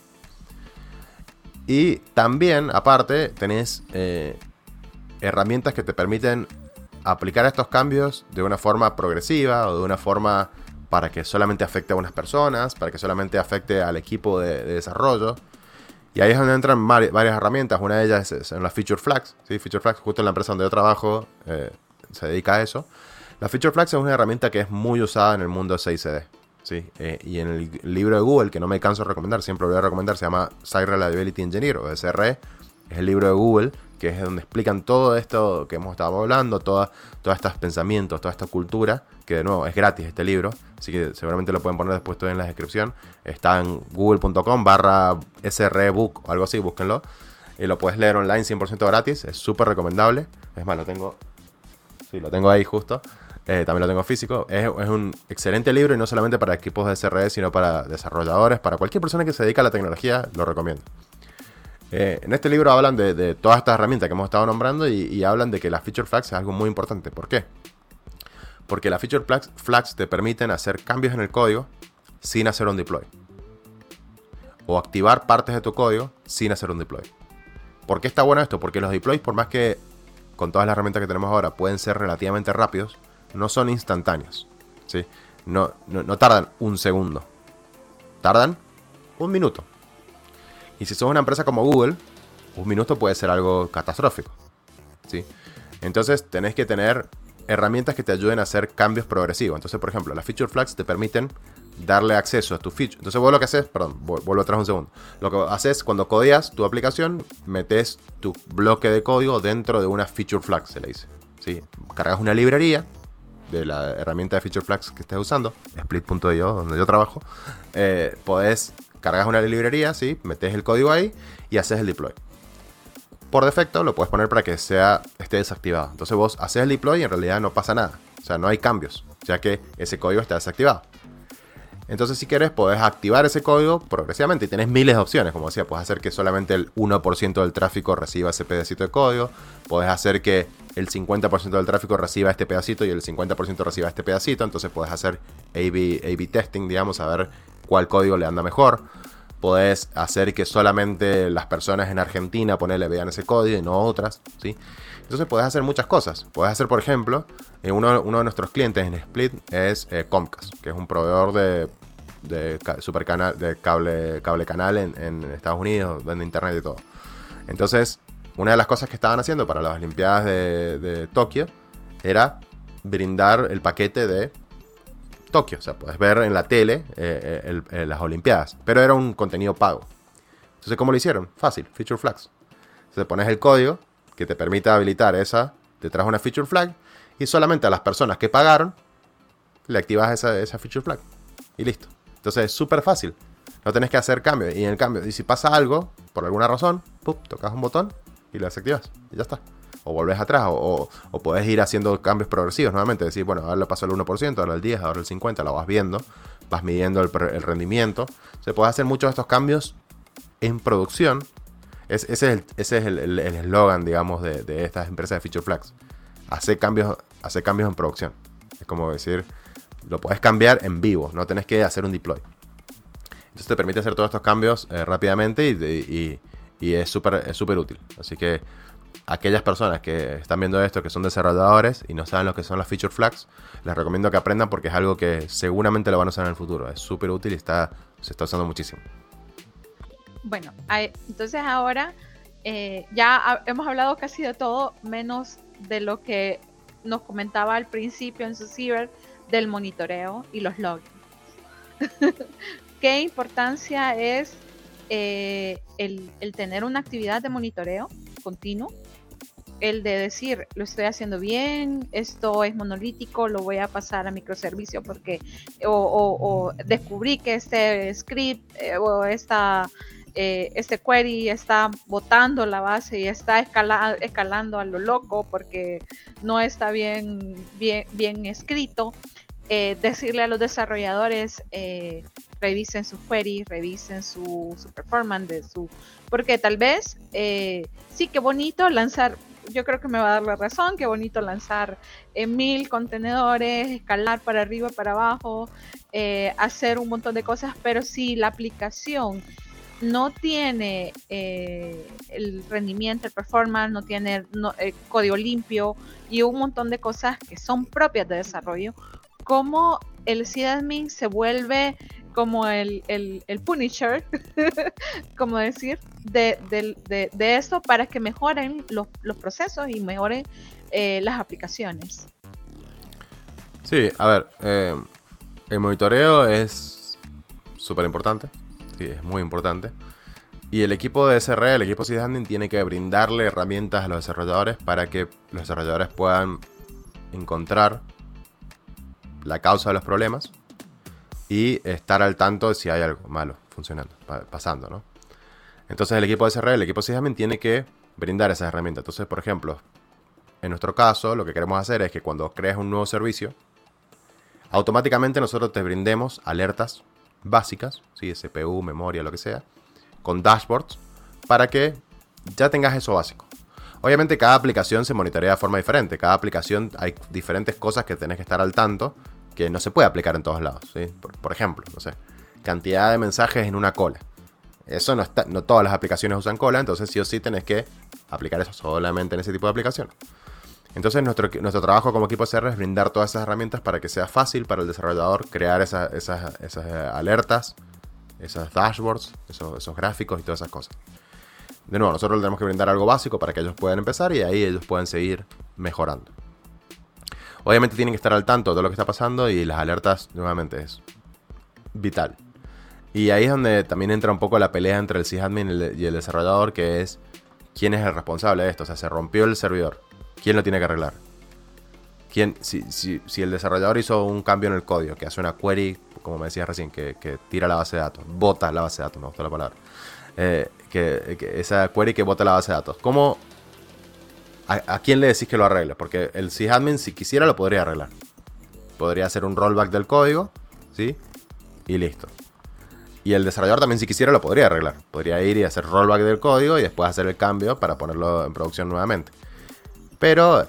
Y también, aparte, tenés eh, herramientas que te permiten aplicar estos cambios de una forma progresiva o de una forma para que solamente afecte a unas personas, para que solamente afecte al equipo de, de desarrollo. Y ahí es donde entran varias herramientas. Una de ellas es en las Feature Flags. ¿Sí? Feature Flags, justo en la empresa donde yo trabajo, eh, se dedica a eso. La Feature Flags es una herramienta que es muy usada en el mundo C I C D. ¿Sí? Eh, y en el libro de Google, que no me canso de recomendar, siempre lo voy a recomendar, se llama Site Reliability Engineer, o S R E. Es el libro de Google, que es donde explican todo esto que hemos estado hablando, todos estos pensamientos, toda esta cultura, que de nuevo es gratis este libro, así que seguramente lo pueden poner después todo en la descripción. Está en google punto com barra S R E book o algo así, búsquenlo. Y lo puedes leer online cien por ciento gratis, es súper recomendable. Es más, lo tengo, sí, lo tengo ahí justo. Eh, también lo tengo físico. Es, es un excelente libro y no solamente para equipos de S R E, sino para desarrolladores, para cualquier persona que se dedica a la tecnología, lo recomiendo. Eh, en este libro hablan de, de todas estas herramientas que hemos estado nombrando y, y hablan de que las Feature Flags es algo muy importante. ¿Por qué? Porque las Feature Flags, flags te permiten hacer cambios en el código sin hacer un deploy. O activar partes de tu código sin hacer un deploy. ¿Por qué está bueno esto? Porque los deploys, por más que con todas las herramientas que tenemos ahora pueden ser relativamente rápidos, no son instantáneos, ¿sí? No, no, no tardan un segundo. Tardan un minuto. Y si sos una empresa como Google, un minuto puede ser algo catastrófico, ¿sí? Entonces tenés que tener herramientas que te ayuden a hacer cambios progresivos. Entonces, por ejemplo, las Feature Flags te permiten darle acceso a tu feature. Entonces vos lo que haces, perdón, vuelvo atrás un segundo. Lo que haces cuando codeas tu aplicación, metes tu bloque de código dentro de una Feature Flag, se le dice, ¿sí? Cargas una librería de la herramienta de Feature Flags que estés usando, split punto i o, donde yo trabajo. Eh, podés cargas una librería, ¿sí? Metes el código ahí y haces el deploy. Por defecto lo puedes poner para que sea, esté desactivado. Entonces vos haces el deploy y en realidad no pasa nada. O sea, no hay cambios, ya que ese código está desactivado. Entonces si quieres podés activar ese código progresivamente y tenés miles de opciones. Como decía, puedes hacer que solamente el uno por ciento del tráfico reciba ese pedacito de código. Podés hacer que el cincuenta por ciento del tráfico reciba este pedacito y el cincuenta por ciento reciba este pedacito. Entonces podés hacer A B testing, digamos, a ver cuál código le anda mejor. Podés hacer que solamente las personas en Argentina, ponerle, vean ese código y no otras, ¿sí? Entonces podés hacer muchas cosas. Podés hacer, por ejemplo, eh, uno, uno de nuestros clientes en Split es eh, Comcast, que es un proveedor de, de, super canal, de cable, cable canal en, en Estados Unidos, vende internet y todo. Entonces, una de las cosas que estaban haciendo para las Olimpiadas de, de Tokio era brindar el paquete de Tokio. O sea, puedes ver en la tele eh, el, el, las Olimpiadas, pero era un contenido pago. Entonces, ¿cómo lo hicieron? Fácil, Feature Flags. Entonces pones el código que te permite habilitar esa, te traes una Feature Flag y solamente a las personas que pagaron le activas esa, esa Feature Flag y listo. Entonces es súper fácil, no tenés que hacer cambios. Y en el cambio, y si pasa algo, por alguna razón, ¡pum!, tocas un botón y lo desactivas y ya está. O volvés atrás, o, o, o podés ir haciendo cambios progresivos nuevamente. Decir, bueno, ahora le paso el uno por ciento, ahora el diez por ciento, ahora el cincuenta por ciento, lo vas viendo, vas midiendo el, el rendimiento. Se puede hacer muchos de estos cambios en producción. Es, ese es el ese es el eslogan, digamos, de, de estas empresas de Feature Flags. Hacer cambios, hacer cambios en producción. Es como decir, lo puedes cambiar en vivo, no tenés que hacer un deploy. Entonces te permite hacer todos estos cambios eh, rápidamente y, y, y es súper es súper útil. Así que aquellas personas que están viendo esto, que son desarrolladores y no saben lo que son las feature flags, les recomiendo que aprendan porque es algo que seguramente lo van a usar en el futuro. Es súper útil y está, se está usando muchísimo. Bueno, entonces ahora eh, ya hemos hablado casi de todo, menos de lo que nos comentaba al principio en su ciber del monitoreo y los logins. ¿Qué importancia es eh, el, el tener una actividad de monitoreo continuo? El de decir, lo estoy haciendo bien, esto es monolítico, lo voy a pasar a microservicio porque o, o, o descubrí que este script eh, o esta, eh, este query está botando la base y está escala, escalando a lo loco porque no está bien, bien, bien escrito. Eh, decirle a los desarrolladores, eh, revisen su query, revisen su, su performance de su, porque tal vez eh, sí, qué bonito lanzar. Yo creo que me va a dar la razón, qué bonito lanzar eh, mil contenedores, escalar para arriba, para abajo, eh, hacer un montón de cosas, pero si la aplicación no tiene eh, el rendimiento, el performance, no tiene no, eh, código limpio y un montón de cosas que son propias de desarrollo, ¿cómo el sysadmin se vuelve como el, el, el punisher, como decir, de, de, de, de esto para que mejoren los, los procesos y mejoren eh, las aplicaciones? Sí, a ver, eh, el monitoreo es súper importante, sí, es muy importante. Y el equipo de S R E, el equipo sysadmin, tiene que brindarle herramientas a los desarrolladores para que los desarrolladores puedan encontrar la causa de los problemas y estar al tanto de si hay algo malo funcionando, pasando, ¿no? Entonces el equipo de S R E, el equipo sysadmin tiene que brindar esas herramientas. Entonces, por ejemplo, en nuestro caso, lo que queremos hacer es que cuando crees un nuevo servicio, automáticamente nosotros te brindemos alertas básicas, ¿sí? C P U, memoria, lo que sea, con dashboards, para que ya tengas eso básico. Obviamente cada aplicación se monitorea de forma diferente. Cada aplicación hay diferentes cosas que tenés que estar al tanto que no se puede aplicar en todos lados, ¿sí? Por, por ejemplo, no sé, cantidad de mensajes en una cola. Eso no está, no todas las aplicaciones usan cola, entonces sí o sí tenés que aplicar eso solamente en ese tipo de aplicaciones. Entonces nuestro, nuestro trabajo como equipo C R es brindar todas esas herramientas para que sea fácil para el desarrollador crear esa, esas, esas alertas, esas dashboards, esos, esos gráficos y todas esas cosas. De nuevo, nosotros le tenemos que brindar algo básico para que ellos puedan empezar y ahí ellos pueden seguir mejorando. Obviamente tienen que estar al tanto de lo que está pasando y las alertas, nuevamente, es vital. Y ahí es donde también entra un poco la pelea entre el sysadmin y el desarrollador, que es quién es el responsable de esto. O sea, se rompió el servidor, ¿quién lo tiene que arreglar? ¿Quién, si, si, si el desarrollador hizo un cambio en el código, que hace una query, como me decías recién, que, que tira la base de datos, bota la base de datos, me gusta la palabra, eh, que, que esa query que bota la base de datos, ¿cómo... ¿A, ¿A quién le decís que lo arregle? Porque el sysadmin, si quisiera, lo podría arreglar. Podría hacer un rollback del código, ¿sí? Y listo. Y el desarrollador también, si quisiera, lo podría arreglar. Podría ir y hacer rollback del código y después hacer el cambio para ponerlo en producción nuevamente. Pero,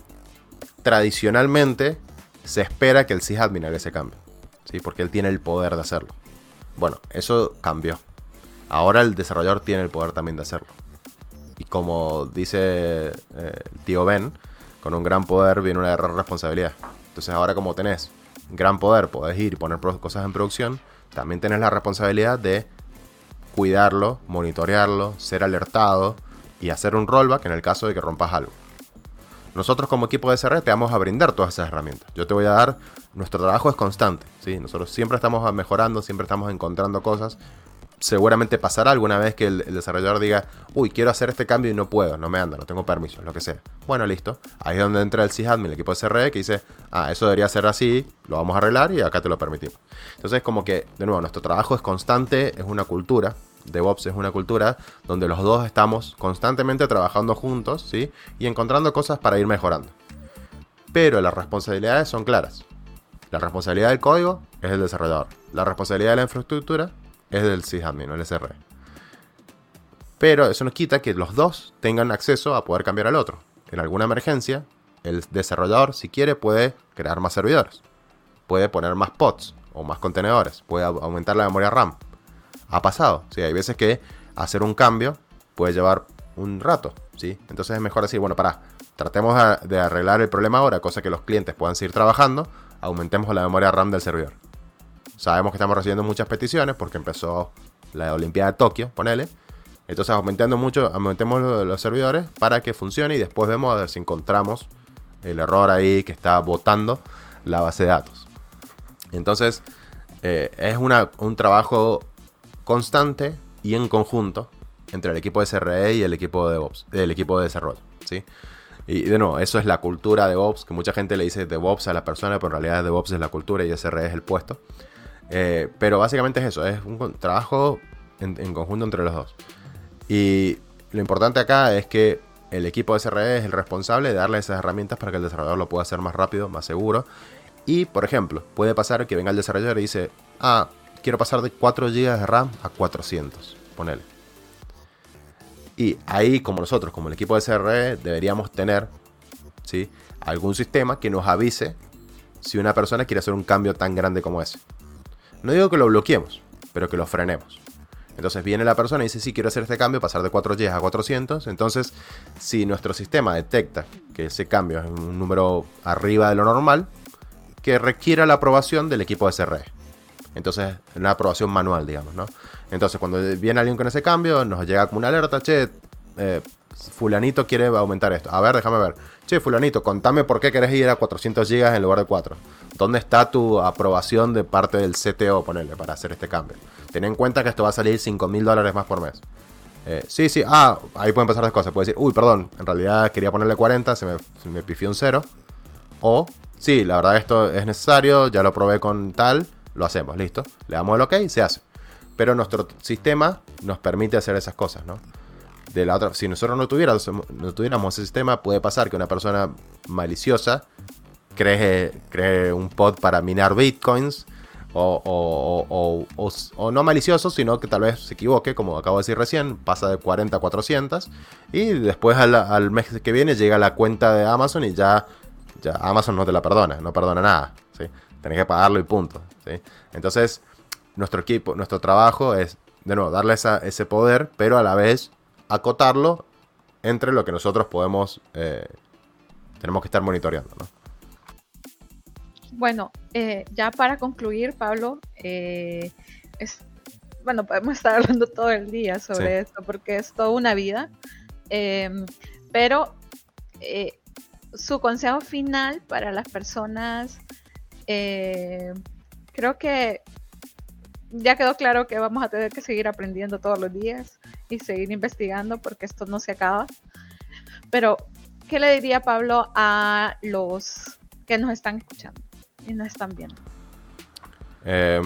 tradicionalmente, se espera que el sysadmin haga ese cambio, ¿sí? Porque él tiene el poder de hacerlo. Bueno, eso cambió. Ahora el desarrollador tiene el poder también de hacerlo. Y como dice eh, el tío Ben, con un gran poder viene una gran responsabilidad. Entonces ahora como tenés gran poder, podés ir y poner cosas en producción, también tenés la responsabilidad de cuidarlo, monitorearlo, ser alertado y hacer un rollback en el caso de que rompas algo. Nosotros como equipo de S R E te vamos a brindar todas esas herramientas. Yo te voy a dar, nuestro trabajo es constante, ¿sí? Nosotros siempre estamos mejorando, siempre estamos encontrando cosas. Seguramente pasará alguna vez que el, el desarrollador diga, uy, quiero hacer este cambio y no puedo, no me anda, no tengo permiso, lo que sea. Bueno, listo. Ahí es donde entra el sysadmin, el equipo de S R E, que dice, ah, eso debería ser así, lo vamos a arreglar y acá te lo permitimos. Entonces, como que, de nuevo, nuestro trabajo es constante, es una cultura. DevOps es una cultura donde los dos estamos constantemente trabajando juntos, ¿sí? Y encontrando cosas para ir mejorando. Pero las responsabilidades son claras. La responsabilidad del código es del desarrollador. La responsabilidad de la infraestructura es del sysadmin, no el S R E. Pero eso nos quita que los dos tengan acceso a poder cambiar al otro. En alguna emergencia, el desarrollador, si quiere, puede crear más servidores. Puede poner más pods o más contenedores. Puede aumentar la memoria RAM. Ha pasado. Sí, hay veces que hacer un cambio puede llevar un rato. ¿sí? Entonces es mejor decir, bueno, pará, tratemos de arreglar el problema ahora, cosa que los clientes puedan seguir trabajando, aumentemos la memoria RAM del servidor. Sabemos que estamos recibiendo muchas peticiones porque empezó la Olimpiada de Tokio, ponele. Entonces aumentando mucho, aumentemos los, los servidores para que funcione y después vemos a ver si encontramos el error ahí que está botando la base de datos. Entonces eh, es una, un trabajo constante y en conjunto entre el equipo de C R E y el equipo de DevOps, el equipo de desarrollo, ¿sí? Y de nuevo, eso es la cultura de DevOps, que mucha gente le dice DevOps a la persona, pero en realidad DevOps es la cultura y S R E es el puesto. Eh, pero básicamente es eso, es un trabajo en, en conjunto entre los dos. Y lo importante acá es que el equipo de S R E es el responsable de darle esas herramientas para que el desarrollador lo pueda hacer más rápido, más seguro. Y, por ejemplo, puede pasar que venga el desarrollador y dice, ah, quiero pasar de cuatro gigas de RAM a cuatrocientos, ponele. Y ahí, como nosotros, como el equipo de S R E, deberíamos tener, ¿sí?, algún sistema que nos avise si una persona quiere hacer un cambio tan grande como ese. No digo que lo bloqueemos, pero que lo frenemos. Entonces viene la persona y dice, sí, quiero hacer este cambio, pasar de cuatro gigas a cuatrocientos. Entonces, si nuestro sistema detecta que ese cambio es un número arriba de lo normal, que requiera la aprobación del equipo de S R E. Entonces, una aprobación manual, digamos, ¿no? Entonces, cuando viene alguien con ese cambio, nos llega como una alerta, che, eh, fulanito quiere aumentar esto. A ver, déjame ver. Che, fulanito, contame por qué querés ir a cuatrocientos gigas en lugar de cuatro. ¿Dónde está tu aprobación de parte del C T O, ponerle, para hacer este cambio? Ten en cuenta que esto va a salir cinco mil dólares más por mes. Eh, sí, sí, ah, ahí pueden pasar las cosas. Puede decir, uy, perdón, en realidad quería ponerle cuarenta, se me, se me pifió un cero. O, sí, la verdad esto es necesario, ya lo probé con tal, lo hacemos, listo. Le damos el OK y se hace. Pero nuestro sistema nos permite hacer esas cosas, ¿no? De la otra, si nosotros no tuviéramos, no tuviéramos ese sistema, puede pasar que una persona maliciosa cree, cree un pod para minar bitcoins, o, o, o, o, o no malicioso, sino que tal vez se equivoque, como acabo de decir recién, pasa de cuarenta a cuatrocientos, y después al, al mes que viene llega la cuenta de Amazon y ya, ya Amazon no te la perdona, no perdona nada, ¿sí? Tenés que pagarlo y punto, ¿sí? Entonces, nuestro equipo, nuestro trabajo es, de nuevo, darle esa, ese poder, pero a la vez acotarlo entre lo que nosotros podemos, eh, tenemos que estar monitoreando, ¿no? Bueno, eh, ya para concluir, Pablo, eh, es, bueno, podemos estar hablando todo el día sobre sí. esto, porque es toda una vida, eh, pero eh, su consejo final para las personas, eh, creo que ya quedó claro que vamos a tener que seguir aprendiendo todos los días y seguir investigando porque esto no se acaba. Pero, ¿qué le diría Pablo a los que nos están escuchando y nos están viendo? Eh,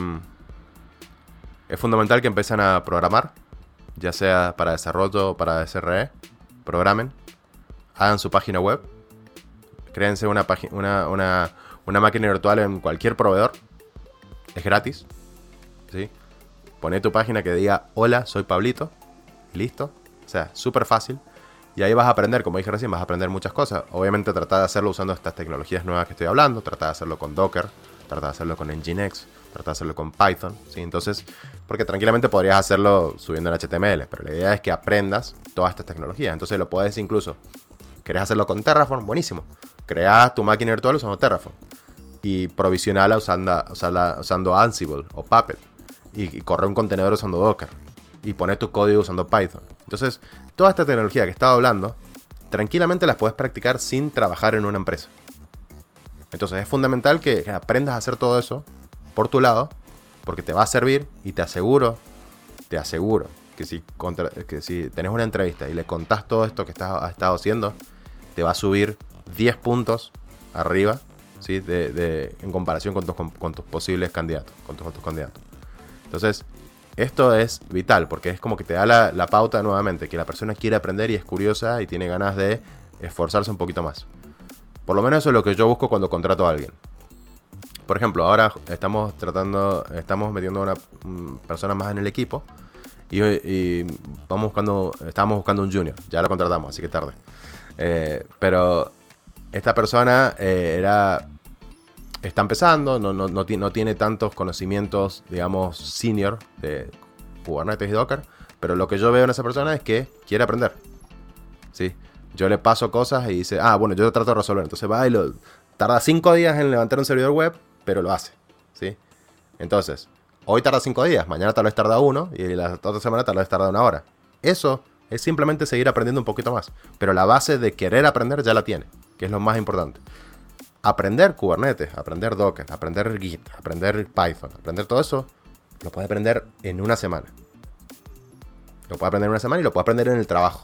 es fundamental que empiecen a programar, ya sea para desarrollo o para S R E. Programen, hagan su página web, créense una, una, una, una máquina virtual en cualquier proveedor, es gratis. ¿Sí? Poné tu página que diga hola, soy Pablito y listo, o sea, súper fácil, y ahí vas a aprender, como dije recién, vas a aprender muchas cosas. Obviamente trata de hacerlo usando estas tecnologías nuevas que estoy hablando, trata de hacerlo con Docker, trata de hacerlo con Nginx, trata de hacerlo con Python, ¿sí? Entonces, porque tranquilamente podrías hacerlo subiendo en H T M L, pero la idea es que aprendas todas estas tecnologías. Entonces lo puedes incluso, ¿querés hacerlo con Terraform? Buenísimo, creás tu máquina virtual usando Terraform y provisionala usando, usando, usando Ansible o Puppet. Y, y corre un contenedor usando Docker y poner tu código usando Python. Entonces, toda esta tecnología que estaba hablando, tranquilamente las puedes practicar sin trabajar en una empresa. Entonces, es fundamental que, que aprendas a hacer todo eso por tu lado, porque te va a servir y te aseguro, te aseguro que si, contra, que si tenés una entrevista y le contás todo esto que estás, has estado haciendo, te va a subir diez puntos arriba, ¿sí? de, de, en comparación con tus, con, con tus posibles candidatos, con tus otros candidatos. Entonces, esto es vital porque es como que te da la, la pauta nuevamente, que la persona quiere aprender y es curiosa y tiene ganas de esforzarse un poquito más. Por lo menos eso es lo que yo busco cuando contrato a alguien. Por ejemplo, ahora estamos tratando, estamos metiendo una um, persona más en el equipo y, y vamos buscando, estábamos buscando un junior, ya lo contratamos, así que tarde. Eh, pero esta persona eh, era... está empezando, no, no, no, no tiene tantos conocimientos, digamos, senior de Kubernetes y Docker, pero lo que yo veo en esa persona es que quiere aprender. ¿sí? Yo le paso cosas y dice, ah, bueno, yo lo trato de resolver. Entonces va y lo tarda cinco días en levantar un servidor web, pero lo hace, ¿sí? Entonces, hoy tarda cinco días, mañana tal vez tarda uno y la otra semana tal vez tarda una hora. Eso es simplemente seguir aprendiendo un poquito más. Pero la base de querer aprender ya la tiene, que es lo más importante. Aprender Kubernetes, aprender Docker, aprender Git, aprender Python, aprender todo eso, lo puedes aprender en una semana. Lo puedes aprender en una semana y lo puedes aprender en el trabajo.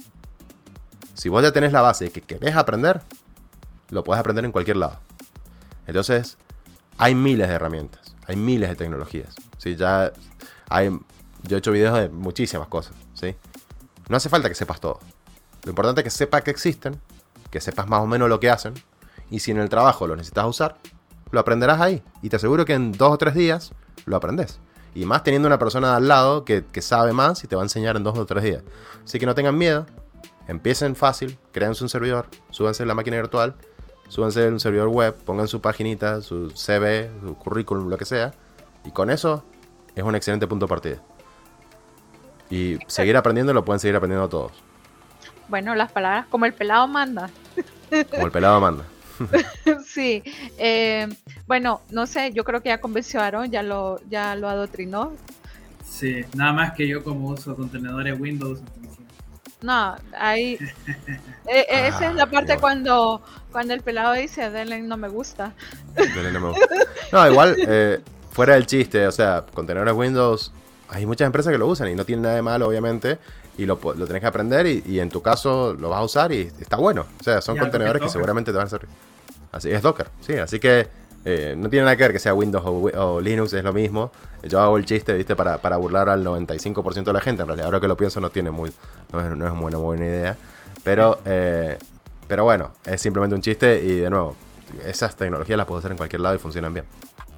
Si vos ya tenés la base de que querés aprender, lo puedes aprender en cualquier lado. Entonces, hay miles de herramientas, hay miles de tecnologías. ¿Sí? Ya hay, yo he hecho videos de muchísimas cosas, ¿sí? No hace falta que sepas todo. Lo importante es que sepas que existen, que sepas más o menos lo que hacen, y si en el trabajo lo necesitas usar, lo aprenderás ahí. Y te aseguro que en dos o tres días lo aprendes. Y más teniendo una persona al lado que, que sabe más y te va a enseñar en dos o tres días. Así que no tengan miedo. Empiecen fácil, créanse un servidor, súbanse en la máquina virtual, súbanse en un servidor web, pongan su paginita, su C V, su currículum, lo que sea, y con eso es un excelente punto de partida. Y seguir aprendiendo lo pueden seguir aprendiendo todos. Bueno, las palabras como el pelado manda. Como el pelado manda. Sí, eh, bueno, no sé, yo creo que ya convenció a Aaron, ya lo, ya lo adoctrinó. Sí, nada más que yo como uso contenedores Windows, entonces... No, ahí eh, Ah, esa es la parte bueno. cuando, cuando el pelado dice Delen no me gusta. Dele, no, me gusta. No, igual, eh, fuera del chiste, o sea, contenedores Windows, hay muchas empresas que lo usan y no tiene nada de malo, obviamente, y lo, po- lo tenés que aprender y, y en tu caso lo vas a usar y está bueno. O sea, son Y algo contenedores que que toca. seguramente te van a servir. Así es Docker, sí, así que eh, no tiene nada que ver que sea Windows o, Wi- o Linux, es lo mismo. Yo hago el chiste, viste, para, para burlar al noventa y cinco por ciento de la gente. En realidad, ahora que lo pienso, no tiene muy, no es, no es una buena idea. Pero, eh, pero bueno, es simplemente un chiste y de nuevo, esas tecnologías las puedo hacer en cualquier lado y funcionan bien.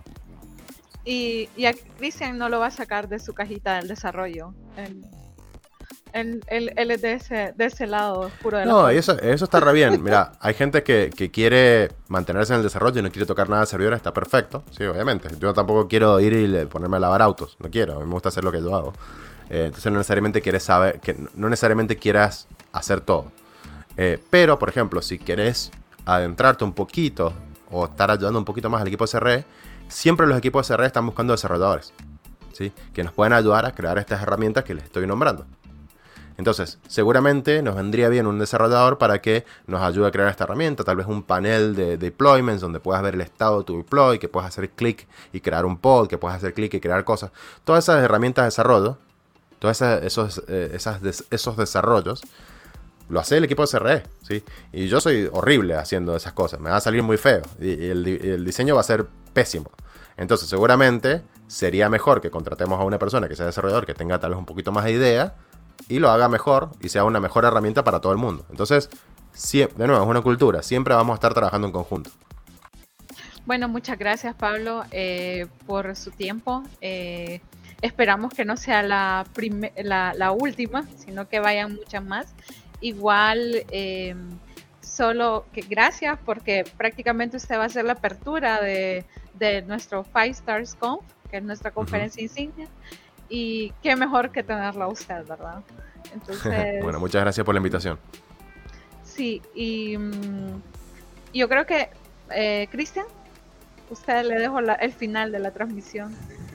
Y, y a Cristian no lo va a sacar de su cajita del desarrollo. Él, él, él- él es de ese, de ese lado oscuro de la No, fuerza. y eso, eso está re bien. Mira, hay gente que, que quiere mantenerse en el desarrollo y no quiere tocar nada de servidores, está perfecto. Sí, obviamente. Yo tampoco quiero ir y le- ponerme a lavar autos. No quiero, a mí me gusta hacer lo que yo hago. Eh, entonces no necesariamente quieres saber, que no necesariamente quieras hacer todo. Eh, pero, por ejemplo, si quieres adentrarte un poquito o estar ayudando un poquito más al equipo de C R E, siempre los equipos de C R E están buscando desarrolladores, ¿sí? Que nos pueden ayudar a crear estas herramientas que les estoy nombrando. Entonces, seguramente nos vendría bien un desarrollador para que nos ayude a crear esta herramienta, tal vez un panel de deployments donde puedas ver el estado de tu deploy, que puedas hacer clic y crear un pod, que puedas hacer clic y crear cosas. Todas esas herramientas de desarrollo, todos esos, eh, esas des- esos desarrollos, lo hace el equipo de C R E, ¿sí? Y yo soy horrible haciendo esas cosas, me va a salir muy feo y, y el, di- el diseño va a ser pésimo. Entonces, seguramente sería mejor que contratemos a una persona que sea desarrollador, que tenga tal vez un poquito más de idea y lo haga mejor y sea una mejor herramienta para todo el mundo. Entonces, sie- de nuevo, es una cultura, siempre vamos a estar trabajando en conjunto. Bueno, muchas gracias Pablo eh, por su tiempo. Eh, esperamos que no sea la, prime- la, la última, sino que vayan muchas más. Igual, eh, solo que gracias porque prácticamente usted va a hacer la apertura de, de nuestro Five Stars Conf, que es nuestra conferencia insignia. Y qué mejor que tenerla a usted, ¿verdad? Entonces, Bueno, muchas gracias por la invitación. sí, y mm, yo creo que, eh, Cristian, usted le dejo la- el final de la transmisión.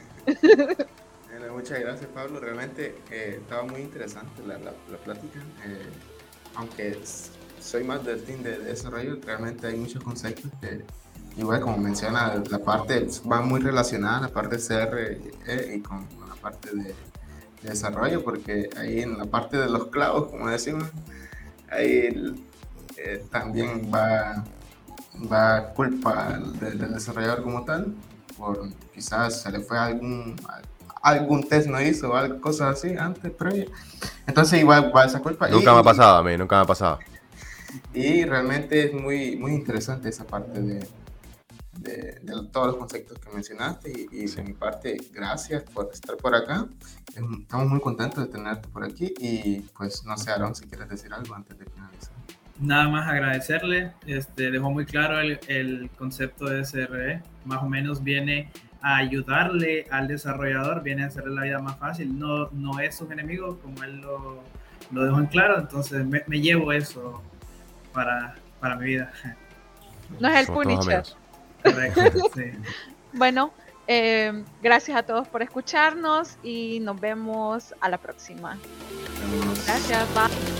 Bueno, muchas gracias, Pablo. Realmente eh, estaba muy interesante la, la, la plática. Eh, aunque s- soy más del team de, de desarrollo, realmente hay muchos conceptos que, igual como menciona, la parte va muy relacionada, la parte de C R E y con, con la parte de, de desarrollo, porque ahí en la parte de los clavos, como decimos, ahí eh, también va, va culpa del, del desarrollador como tal, por quizás se le fue algún algún test no hizo o algo, cosas así antes, previo. Entonces igual va esa culpa. Nunca y, me ha pasado a mí, nunca me ha pasado. Y realmente es muy, muy interesante esa parte de, de, de todos los conceptos que mencionaste y, y Sí. de mi parte, gracias por estar por acá. Estamos muy contentos de tenerte por aquí y pues no sé, Aaron, si quieres decir algo antes de finalizar. Nada más agradecerle, este, dejó muy claro el, el concepto de C R E, más o menos viene a ayudarle al desarrollador, viene a hacerle la vida más fácil, no, no es un enemigo como él lo lo dejo en claro, entonces me, me llevo eso para, para mi vida. No es el Somos todos Punisher. amigos. Correcto, sí. Bueno, eh, gracias a todos por escucharnos y nos vemos a la próxima. Gracias, bye.